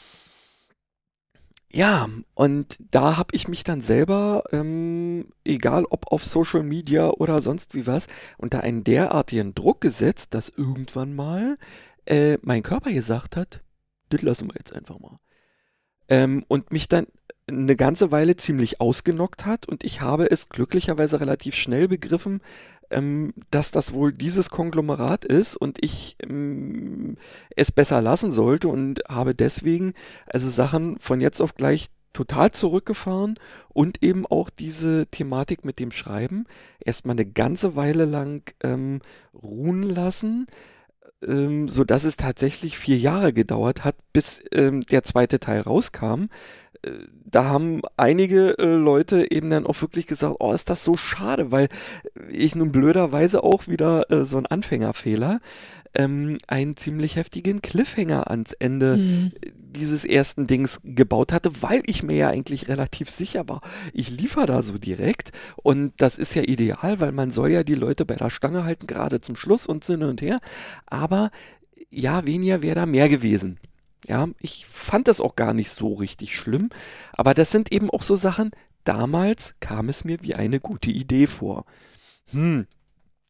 Ja, und da habe ich mich dann selber, egal ob auf Social Media oder sonst wie was, unter einen derartigen Druck gesetzt, dass irgendwann mal mein Körper gesagt hat, das lassen wir jetzt einfach mal. Und mich dann eine ganze Weile ziemlich ausgenockt hat und ich habe es glücklicherweise relativ schnell begriffen, dass das wohl dieses Konglomerat ist und ich es besser lassen sollte und habe deswegen also Sachen von jetzt auf gleich total zurückgefahren und eben auch diese Thematik mit dem Schreiben erstmal eine ganze Weile lang ruhen lassen, sodass es tatsächlich 4 Jahre gedauert hat, bis der zweite Teil rauskam. Da haben einige Leute eben dann auch wirklich gesagt, oh, ist das so schade, weil ich nun blöderweise auch wieder so ein Anfängerfehler, einen ziemlich heftigen Cliffhanger ans Ende dieses ersten Dings gebaut hatte, weil ich mir ja eigentlich relativ sicher war, ich liefere da so direkt und das ist ja ideal, weil man soll ja die Leute bei der Stange halten, gerade zum Schluss und hin und her, aber ja, weniger wäre da mehr gewesen. Ja, ich fand das auch gar nicht so richtig schlimm, aber das sind eben auch so Sachen, damals kam es mir wie eine gute Idee vor.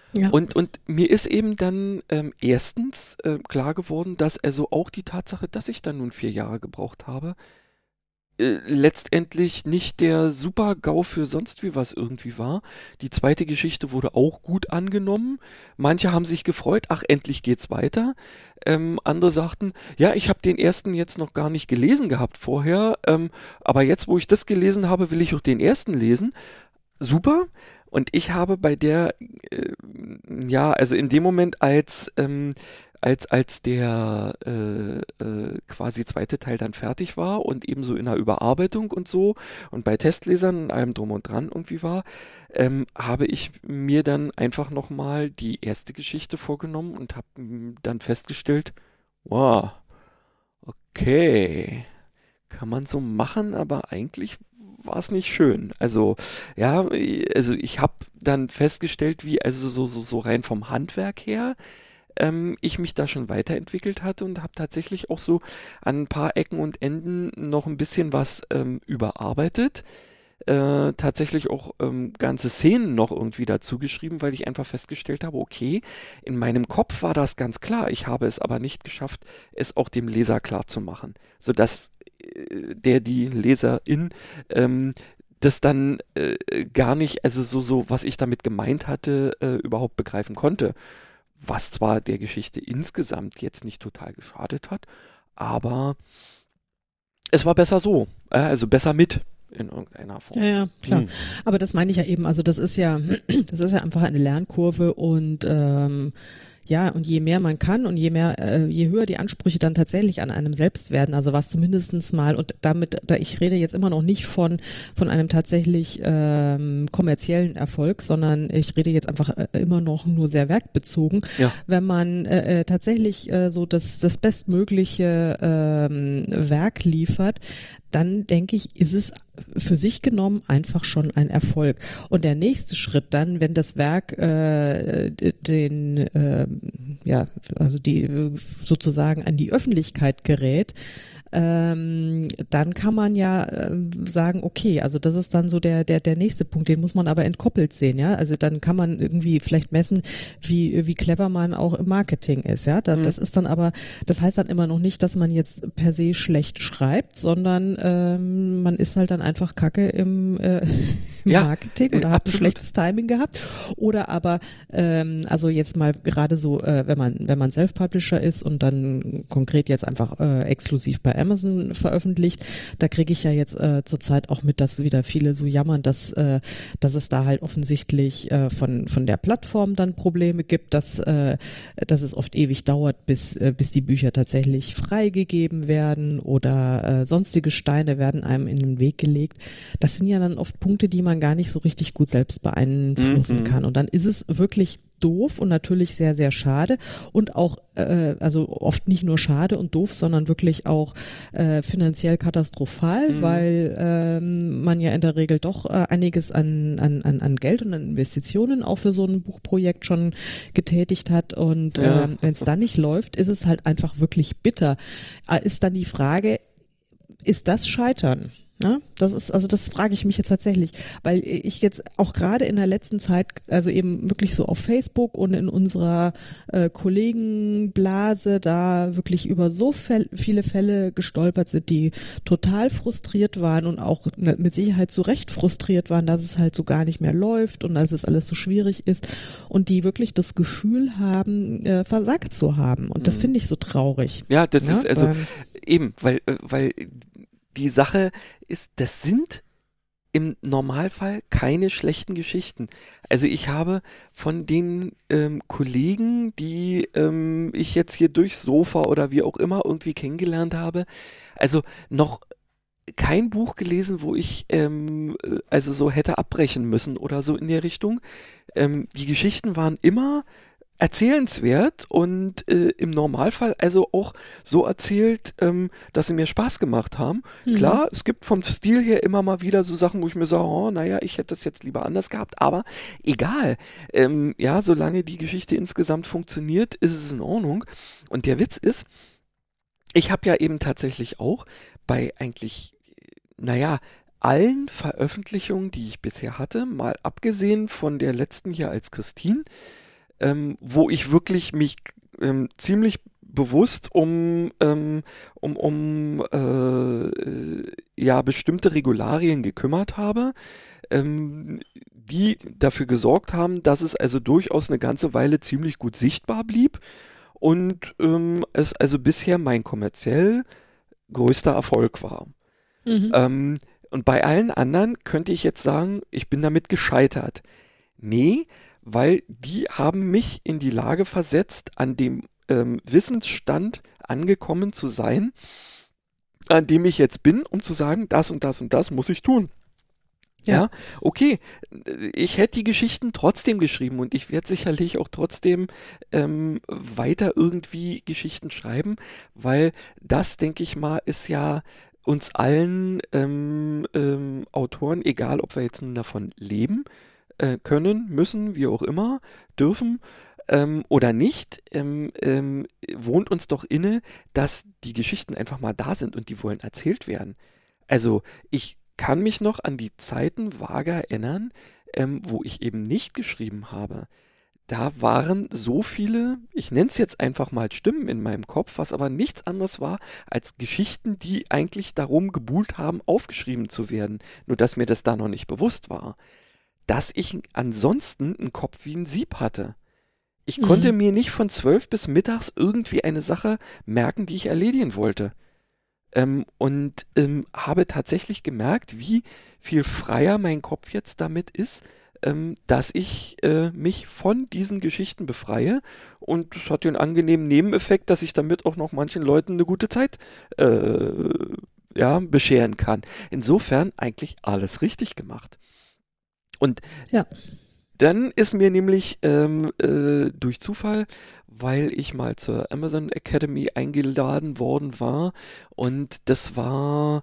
Ja. Und mir ist eben dann erstens klar geworden, dass also auch die Tatsache, dass ich dann nun 4 Jahre gebraucht habe, letztendlich nicht der Super-GAU für sonst wie was irgendwie war. Die zweite Geschichte wurde auch gut angenommen. Manche haben sich gefreut, ach, endlich geht's weiter. Andere sagten, ja, ich habe den ersten jetzt noch gar nicht gelesen gehabt vorher, aber jetzt, wo ich das gelesen habe, will ich auch den ersten lesen. Super. Und ich habe bei der, ja, also in dem Moment, als der quasi zweite Teil dann fertig war und ebenso in der Überarbeitung und so und bei Testlesern und allem drum und dran irgendwie war, habe ich mir dann einfach nochmal die erste Geschichte vorgenommen und habe dann festgestellt, wow, okay, kann man so machen, aber eigentlich war es nicht schön. Also, ja, also ich habe dann festgestellt, wie also so rein vom Handwerk her ich mich da schon weiterentwickelt hatte und habe tatsächlich auch so an ein paar Ecken und Enden noch ein bisschen was überarbeitet. Tatsächlich auch ganze Szenen noch irgendwie dazu geschrieben, weil ich einfach festgestellt habe, okay, in meinem Kopf war das ganz klar, ich habe es aber nicht geschafft, es auch dem Leser klar zu machen, sodass die Leserin das dann gar nicht, also so, was ich damit gemeint hatte, überhaupt begreifen konnte. Was zwar der Geschichte insgesamt jetzt nicht total geschadet hat, aber es war besser so, also besser mit in irgendeiner Form. Ja, klar. Aber das meine ich ja eben, also das ist ja einfach eine Lernkurve und ja, und je mehr man kann und je höher die Ansprüche dann tatsächlich an einem selbst werden, also was zumindestens mal, und ich rede jetzt immer noch nicht von einem tatsächlich kommerziellen Erfolg, sondern ich rede jetzt einfach immer noch nur sehr werkbezogen. Ja. Wenn man tatsächlich so das bestmögliche Werk liefert, dann denke ich, ist es für sich genommen einfach schon ein Erfolg. Und der nächste Schritt dann, wenn das Werk sozusagen an die Öffentlichkeit gerät, dann kann man ja sagen, okay, also das ist dann so der nächste Punkt, den muss man aber entkoppelt sehen, ja, also dann kann man irgendwie vielleicht messen, wie clever man auch im Marketing ist, ja, das ist dann aber, das heißt dann immer noch nicht, dass man jetzt per se schlecht schreibt, sondern man ist halt dann einfach kacke im Marketing oder hat ein schlechtes Timing gehabt oder aber, also jetzt mal gerade so, wenn man Self-Publisher ist und dann konkret jetzt einfach exklusiv bei Amazon veröffentlicht, da kriege ich ja jetzt zurzeit auch mit, dass wieder viele so jammern, dass es da halt offensichtlich von der Plattform dann Probleme gibt, dass es oft ewig dauert, bis die Bücher tatsächlich freigegeben werden oder sonstige Steine werden einem in den Weg gelegt. Das sind ja dann oft Punkte, die man gar nicht so richtig gut selbst beeinflussen kann. Und dann ist es wirklich doof und natürlich sehr, sehr schade und auch, also oft nicht nur schade und doof, sondern wirklich auch finanziell katastrophal, weil man ja in der Regel doch einiges an Geld und an Investitionen auch für so ein Buchprojekt schon getätigt hat und wenn es dann nicht läuft, ist es halt einfach wirklich bitter. Ist dann die Frage, ist das Scheitern? Ja, das frage ich mich jetzt tatsächlich, weil ich jetzt auch gerade in der letzten Zeit, also eben wirklich so auf Facebook und in unserer Kollegenblase da wirklich über so viele Fälle gestolpert sind, die total frustriert waren und auch mit Sicherheit zu Recht frustriert waren, dass es halt so gar nicht mehr läuft und dass es alles so schwierig ist und die wirklich das Gefühl haben, versagt zu haben und das finde ich so traurig. Ja, das ist also eben, weil die Sache ist, das sind im Normalfall keine schlechten Geschichten. Also ich habe von den Kollegen, die ich jetzt hier durchs Sofa oder wie auch immer irgendwie kennengelernt habe, also noch kein Buch gelesen, wo ich also so hätte abbrechen müssen oder so in der Richtung. Die Geschichten waren immer erzählenswert und im Normalfall also auch so erzählt, dass sie mir Spaß gemacht haben. Klar, es gibt vom Stil her immer mal wieder so Sachen, wo ich mir sage, oh, naja, ich hätte das jetzt lieber anders gehabt, aber egal. Ja, solange die Geschichte insgesamt funktioniert, ist es in Ordnung. Und der Witz ist, ich habe ja eben tatsächlich auch bei eigentlich, naja, allen Veröffentlichungen, die ich bisher hatte, mal abgesehen von der letzten hier als Christine, wo ich wirklich mich ziemlich bewusst ja, bestimmte Regularien gekümmert habe, die dafür gesorgt haben, dass es also durchaus eine ganze Weile ziemlich gut sichtbar blieb und es also bisher mein kommerziell größter Erfolg war. Mhm. Und bei allen anderen könnte ich jetzt sagen, ich bin damit gescheitert. Nee, weil die haben mich in die Lage versetzt, an dem Wissensstand angekommen zu sein, an dem ich jetzt bin, um zu sagen, das und das und das muss ich tun. Ja. Ja, okay, ich hätte die Geschichten trotzdem geschrieben und ich werde sicherlich auch trotzdem weiter irgendwie Geschichten schreiben, weil das, denke ich mal, ist ja uns allen Autoren, egal ob wir jetzt nun davon leben können, müssen, wie auch immer, dürfen oder nicht, wohnt uns doch inne, dass die Geschichten einfach mal da sind und die wollen erzählt werden. Also ich kann mich noch an die Zeiten vage erinnern, wo ich eben nicht geschrieben habe. Da waren so viele, ich nenne es jetzt einfach mal Stimmen in meinem Kopf, was aber nichts anderes war als Geschichten, die eigentlich darum gebuhlt haben, aufgeschrieben zu werden. Nur dass mir das da noch nicht bewusst war. Dass ich ansonsten einen Kopf wie ein Sieb hatte. Ich konnte Mhm. mir nicht von 12 bis mittags irgendwie eine Sache merken, die ich erledigen wollte. Und habe tatsächlich gemerkt, wie viel freier mein Kopf jetzt damit ist, dass ich mich von diesen Geschichten befreie. Und das hat den angenehmen Nebeneffekt, dass ich damit auch noch manchen Leuten eine gute Zeit ja, bescheren kann. Insofern eigentlich alles richtig gemacht. Und Ja. dann ist mir nämlich durch Zufall, weil ich mal zur Amazon Academy eingeladen worden war und das war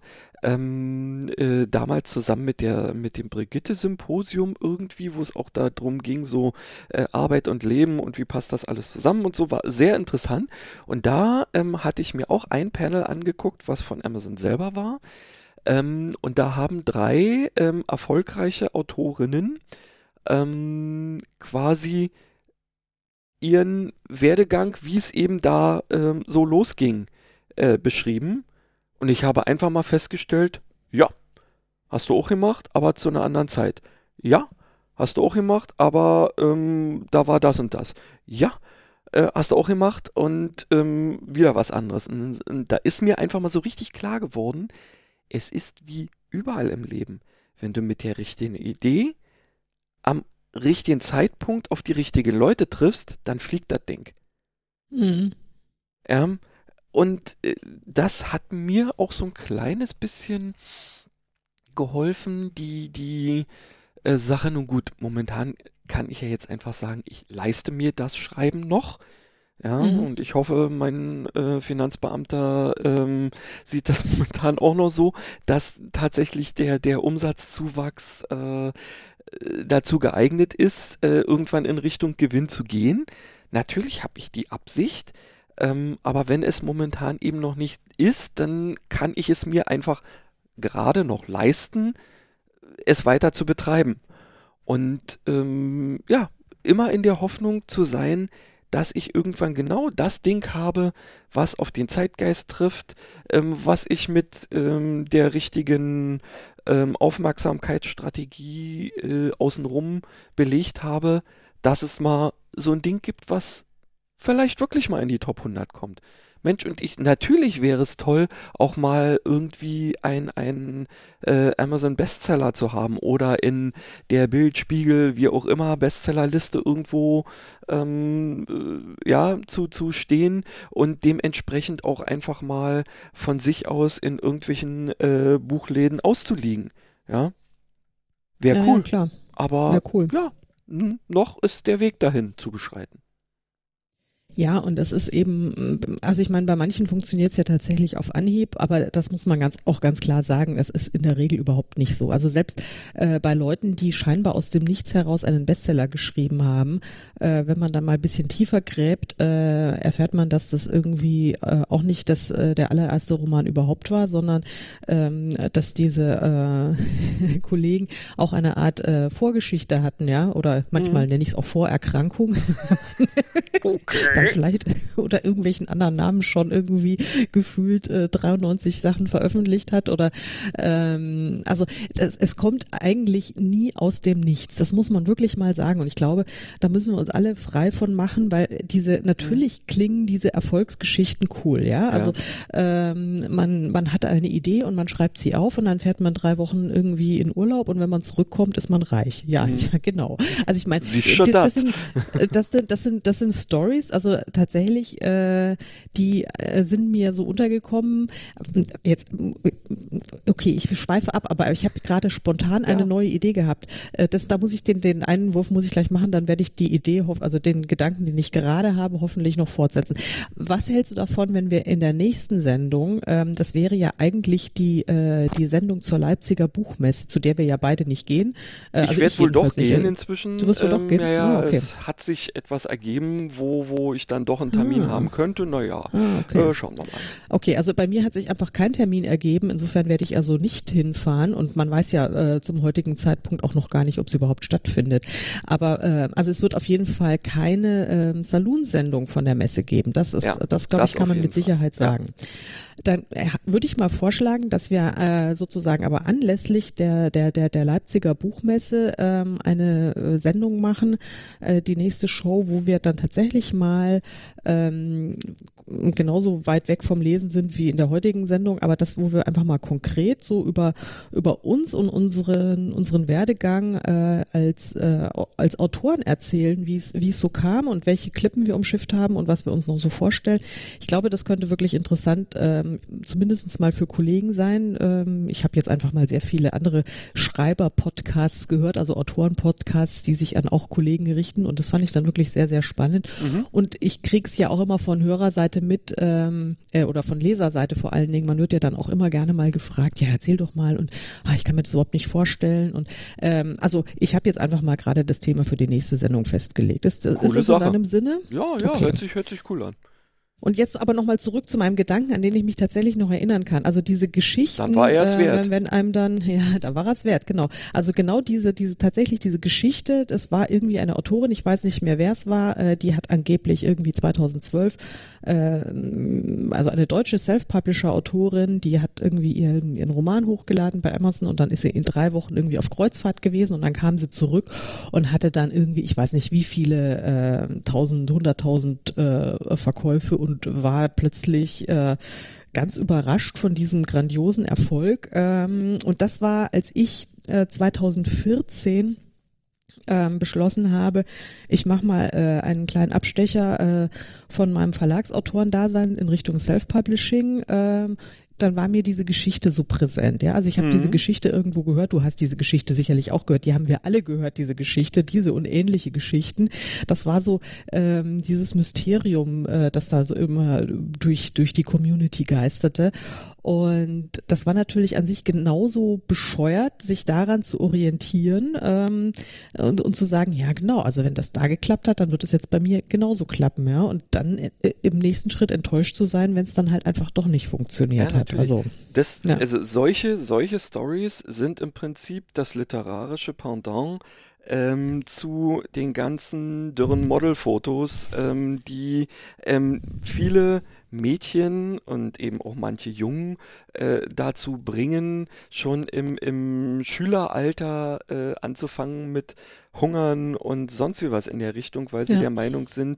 damals zusammen mit dem Brigitte-Symposium irgendwie, wo es auch darum ging, so Arbeit und Leben und wie passt das alles zusammen und so, war sehr interessant. Und da hatte ich mir auch ein Panel angeguckt, was von Amazon selber war. Und da haben drei erfolgreiche Autorinnen quasi ihren Werdegang, wie es eben da so losging, beschrieben. Und ich habe einfach mal festgestellt, ja, hast du auch gemacht, aber zu einer anderen Zeit. Ja, hast du auch gemacht, aber da war das und das. Ja, hast du auch gemacht und wieder was anderes. Und da ist mir einfach mal so richtig klar geworden, es ist wie überall im Leben. Wenn du mit der richtigen Idee am richtigen Zeitpunkt auf die richtigen Leute triffst, dann fliegt das Ding. Mhm. Ja, und das hat mir auch so ein kleines bisschen geholfen, die Sache. Nun gut, momentan kann ich ja jetzt einfach sagen, ich leiste mir das Schreiben noch. Ja, Mhm. und ich hoffe, mein Finanzbeamter sieht das momentan auch noch so, dass tatsächlich der Umsatzzuwachs dazu geeignet ist, irgendwann in Richtung Gewinn zu gehen. Natürlich habe ich die Absicht, aber wenn es momentan eben noch nicht ist, dann kann ich es mir einfach gerade noch leisten, es weiter zu betreiben. Und ja, immer in der Hoffnung zu sein, dass ich irgendwann genau das Ding habe, was auf den Zeitgeist trifft, was ich mit der richtigen Aufmerksamkeitsstrategie außenrum belegt habe, dass es mal so ein Ding gibt, was vielleicht wirklich mal in die Top 100 kommt. Mensch, und natürlich wäre es toll, auch mal irgendwie ein Amazon Bestseller zu haben oder in der Bild, Spiegel, wie auch immer, Bestsellerliste irgendwo ja, zu stehen und dementsprechend auch einfach mal von sich aus in irgendwelchen Buchläden auszuliegen. Ja, wäre Ja, ja, cool. klar. Aber Wäre cool. ja, noch ist der Weg dahin zu beschreiten. Ja, und das ist eben, also ich meine, bei manchen funktioniert es ja tatsächlich auf Anhieb, aber das muss man auch ganz klar sagen, das ist in der Regel überhaupt nicht so. Also selbst bei Leuten, die scheinbar aus dem Nichts heraus einen Bestseller geschrieben haben, wenn man dann mal ein bisschen tiefer gräbt, erfährt man, dass das irgendwie auch nicht der allererste Roman überhaupt war, sondern dass diese Kollegen auch eine Art Vorgeschichte hatten, ja, oder manchmal nenne ich es auch Vorerkrankung. Okay. Dann vielleicht oder irgendwelchen anderen Namen schon irgendwie gefühlt 93 Sachen veröffentlicht hat oder also es kommt eigentlich nie aus dem Nichts. Das muss man wirklich mal sagen und ich glaube, da müssen wir uns alle frei von machen, weil natürlich klingen diese Erfolgsgeschichten cool, ja. Also man hat eine Idee und man schreibt sie auf und dann fährt man 3 Wochen irgendwie in Urlaub und wenn man zurückkommt, ist man reich. Ja, genau. Also ich meine, das sind Stories, also tatsächlich, die sind mir so untergekommen. Jetzt, okay, ich schweife ab, aber ich habe gerade spontan eine neue Idee gehabt. Da muss ich den Einwurf muss ich gleich machen, dann werde ich die Idee, also den Gedanken, den ich gerade habe, hoffentlich noch fortsetzen. Was hältst du davon, wenn wir in der nächsten Sendung, das wäre ja eigentlich die Sendung zur Leipziger Buchmesse, zu der wir ja beide nicht gehen. Ich werde wohl doch gehen inzwischen. Du wirst wohl doch gehen? Ja, okay. Es hat sich etwas ergeben, wo ich dann doch einen Termin haben könnte. Naja, schauen wir mal. Okay, also bei mir hat sich einfach kein Termin ergeben. Insofern werde ich also nicht hinfahren und man weiß ja zum heutigen Zeitpunkt auch noch gar nicht, ob es überhaupt stattfindet. Aber also es wird auf jeden Fall keine Saloon-Sendung von der Messe geben. Das glaube ich, kann man mit Sicherheit sagen. Dann würde ich mal vorschlagen, dass wir sozusagen aber anlässlich der Leipziger Buchmesse eine Sendung machen, die nächste Show, wo wir dann tatsächlich mal genauso weit weg vom Lesen sind wie in der heutigen Sendung, aber das, wo wir einfach mal konkret so über uns und unseren Werdegang als Autoren erzählen, wie es so kam und welche Klippen wir umschifft haben und was wir uns noch so vorstellen. Ich glaube, das könnte wirklich interessant zumindest mal für Kollegen sein. Ich habe jetzt einfach mal sehr viele andere Schreiber-Podcasts gehört, also Autoren-Podcasts, die sich an auch Kollegen richten und das fand ich dann wirklich sehr, sehr spannend. Und ich krieg's ja auch immer von Hörerseite mit oder von Leserseite vor allen Dingen. Man wird ja dann auch immer gerne mal gefragt, ja, erzähl doch mal und ich kann mir das überhaupt nicht vorstellen. Und also ich habe jetzt einfach mal gerade das Thema für die nächste Sendung festgelegt. Ist das in deinem Sinne? Ja, okay. Hört sich cool an. Und jetzt aber nochmal zurück zu meinem Gedanken, an den ich mich tatsächlich noch erinnern kann. Also diese Geschichten, dann war er es wert. Wenn einem dann, ja, da war es wert, genau. Also genau diese Geschichte, das war irgendwie eine Autorin, ich weiß nicht mehr, wer es war, die hat angeblich irgendwie 2012, also eine deutsche Self-Publisher-Autorin, die hat irgendwie ihren Roman hochgeladen bei Amazon und dann ist sie in 3 Wochen irgendwie auf Kreuzfahrt gewesen und dann kam sie zurück und hatte dann irgendwie, ich weiß nicht wie viele 100.000 Verkäufe und war plötzlich ganz überrascht von diesem grandiosen Erfolg. Und das war, als ich 2014 beschlossen habe, ich mache mal einen kleinen Abstecher von meinem Verlagsautorendasein in Richtung Self-Publishing. Dann war mir diese Geschichte so präsent, ja, also ich habe diese Geschichte irgendwo gehört, du hast diese Geschichte sicherlich auch gehört, die haben wir alle gehört, diese Geschichte, diese und ähnliche Geschichten, das war so dieses Mysterium, das da so immer durch die Community geisterte. Und das war natürlich an sich genauso bescheuert, sich daran zu orientieren und zu sagen, ja genau, also wenn das da geklappt hat, dann wird es jetzt bei mir genauso klappen, ja. Und dann im nächsten Schritt enttäuscht zu sein, wenn es dann halt einfach doch nicht funktioniert hat. Also, also solche Stories sind im Prinzip das literarische Pendant zu den ganzen dürren Modelfotos, die viele Mädchen und eben auch manche Jungen dazu bringen, schon im Schüleralter anzufangen mit Hungern und sonst wie was in der Richtung, weil sie der Meinung sind,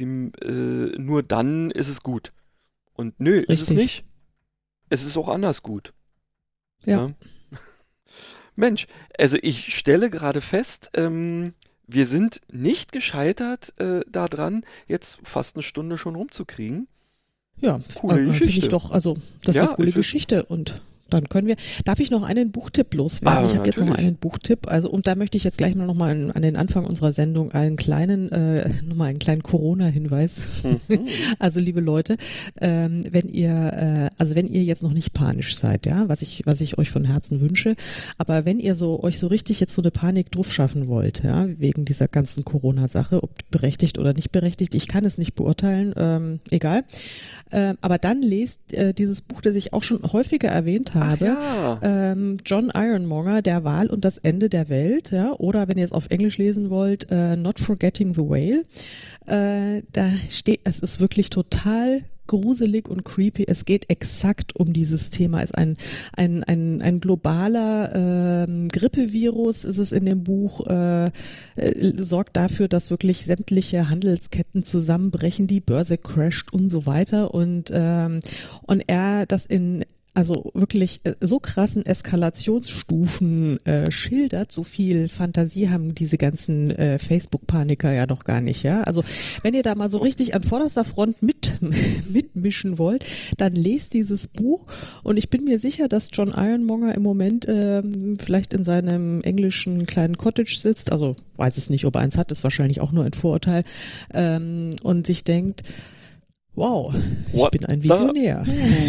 nur dann ist es gut. Und nö, ist es nicht. Es ist auch anders gut. Ja. Mensch, also ich stelle gerade fest, wir sind nicht gescheitert daran, jetzt fast eine Stunde schon rumzukriegen. Ja, coole Geschichte. finde ich doch, also das ist eine coole Geschichte und Dann können wir, darf ich noch einen Buchtipp loswerden? Ich habe jetzt noch einen Buchtipp, also und da möchte ich jetzt gleich mal nochmal an den Anfang unserer Sendung nochmal einen kleinen Corona-Hinweis. Also liebe Leute, wenn ihr jetzt noch nicht panisch seid, ja, was ich euch von Herzen wünsche, aber wenn ihr euch so richtig jetzt so eine Panik drauf schaffen wollt, ja, wegen dieser ganzen Corona-Sache, ob berechtigt oder nicht berechtigt, ich kann es nicht beurteilen, egal. Aber dann lest dieses Buch, das ich auch schon häufiger erwähnt habe, John Ironmonger, Der Wal und das Ende der Welt, ja, oder wenn ihr es auf Englisch lesen wollt, Not Forgetting the Whale. Da steht, es ist wirklich total gruselig und creepy. Es geht exakt um dieses Thema. Es ist ein globaler Grippevirus, ist es in dem Buch, sorgt dafür, dass wirklich sämtliche Handelsketten zusammenbrechen, die Börse crasht und so weiter. Und er das also wirklich so krassen Eskalationsstufen schildert, so viel Fantasie haben diese ganzen Facebook-Paniker ja noch gar nicht, ja. Also wenn ihr da mal so richtig an vorderster Front mitmischen wollt, dann lest dieses Buch und ich bin mir sicher, dass John Ironmonger im Moment vielleicht in seinem englischen kleinen Cottage sitzt, also weiß es nicht, ob er eins hat, ist wahrscheinlich auch nur ein Vorurteil, und sich denkt, wow, ich bin ein Visionär.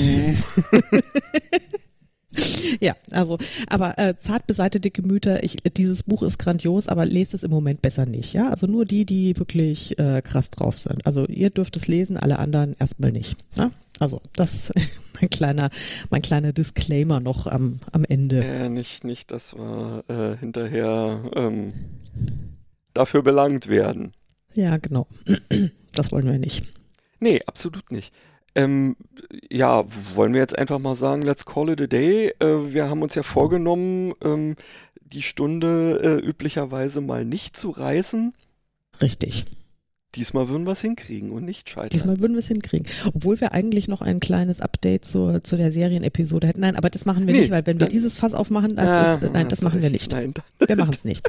Ja, also, aber zart beseitete Gemüter, dieses Buch ist grandios, aber lest es im Moment besser nicht, ja? Also nur die wirklich krass drauf sind. Also ihr dürft es lesen, alle anderen erstmal nicht. Ja? Also das mein kleiner Disclaimer noch am Ende. Nicht, dass wir hinterher dafür belangt werden. Ja, genau. Das wollen wir nicht. Nee, absolut nicht. Ja, wollen wir jetzt einfach mal sagen, let's call it a day. Wir haben uns ja vorgenommen, die Stunde üblicherweise mal nicht zu reißen. Richtig. Diesmal würden wir es hinkriegen und nicht scheitern. Diesmal würden wir es hinkriegen. Obwohl wir eigentlich noch ein kleines Update zu der Serienepisode hätten. Nein, aber das machen wir nicht, weil wenn wir dieses Fass aufmachen, das machen wir nicht. Nein. Wir machen es nicht.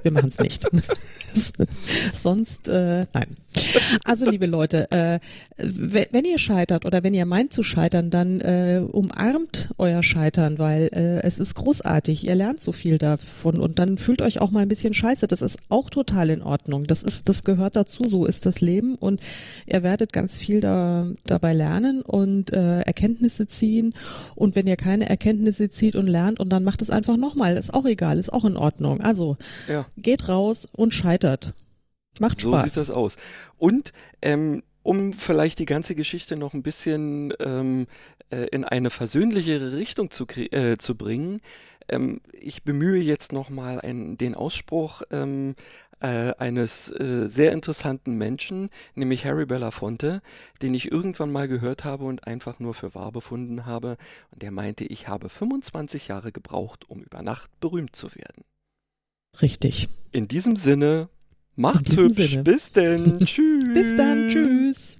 Sonst, nein. Also liebe Leute, wenn ihr scheitert oder wenn ihr meint zu scheitern, dann umarmt euer Scheitern, weil es ist großartig. Ihr lernt so viel davon und dann fühlt euch auch mal ein bisschen scheiße. Das ist auch total in Ordnung. Das gehört dazu. So ist das Leben und ihr werdet ganz viel dabei lernen und Erkenntnisse ziehen. Und wenn ihr keine Erkenntnisse zieht und lernt und dann macht es einfach nochmal, ist auch egal, ist auch in Ordnung. Also geht raus und scheitert. Macht Spaß. So sieht das aus. Und um vielleicht die ganze Geschichte noch ein bisschen in eine versöhnlichere Richtung zu bringen, ich bemühe jetzt nochmal den Ausspruch eines sehr interessanten Menschen, nämlich Harry Belafonte, den ich irgendwann mal gehört habe und einfach nur für wahr befunden habe. Und der meinte, ich habe 25 Jahre gebraucht, um über Nacht berühmt zu werden. Richtig. In diesem Sinne, macht's hübsch. Bis denn. Tschüss. Bis dann. Tschüss.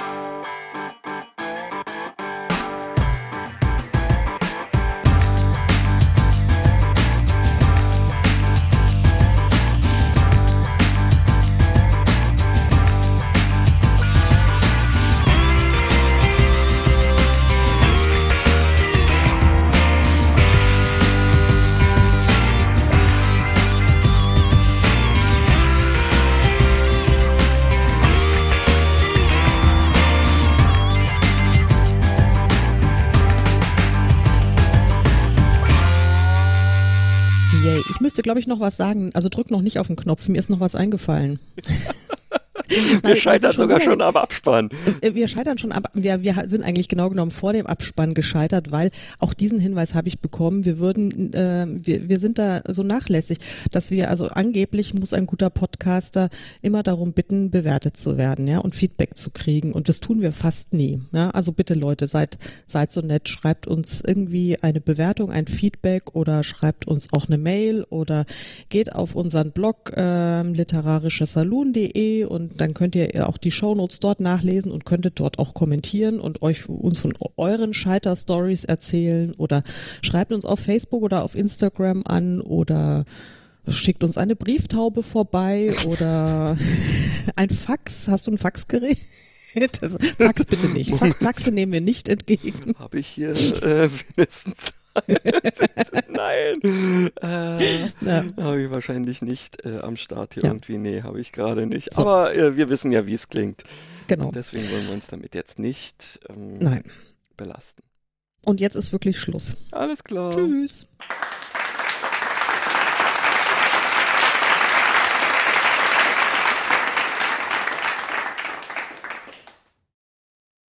Ich müsste, glaube ich, noch was sagen. Also drück noch nicht auf den Knopf, mir ist noch was eingefallen. Wir scheitern sogar schon am Abspann. Wir scheitern schon wir sind eigentlich genau genommen vor dem Abspann gescheitert, weil auch diesen Hinweis habe ich bekommen, wir sind da so nachlässig, dass wir, also angeblich muss ein guter Podcaster immer darum bitten, bewertet zu werden, ja, und Feedback zu kriegen, und das tun wir fast nie, ja, also bitte Leute, seid so nett, schreibt uns irgendwie eine Bewertung, ein Feedback oder schreibt uns auch eine Mail oder geht auf unseren Blog literarischersalon.de und dann könnt ihr auch die Shownotes dort nachlesen und könntet dort auch kommentieren und uns von euren Scheiter-Stories erzählen oder schreibt uns auf Facebook oder auf Instagram an oder schickt uns eine Brieftaube vorbei oder ein Fax. Hast du ein Faxgerät? Fax bitte nicht. Faxe nehmen wir nicht entgegen. Habe ich hier mindestens Nein. Habe ich wahrscheinlich nicht am Start hier irgendwie. Nee, habe ich gerade nicht. So. Aber wir wissen ja, wie es klingt. Genau. Und deswegen wollen wir uns damit jetzt nicht belasten. Und jetzt ist wirklich Schluss. Alles klar. Tschüss.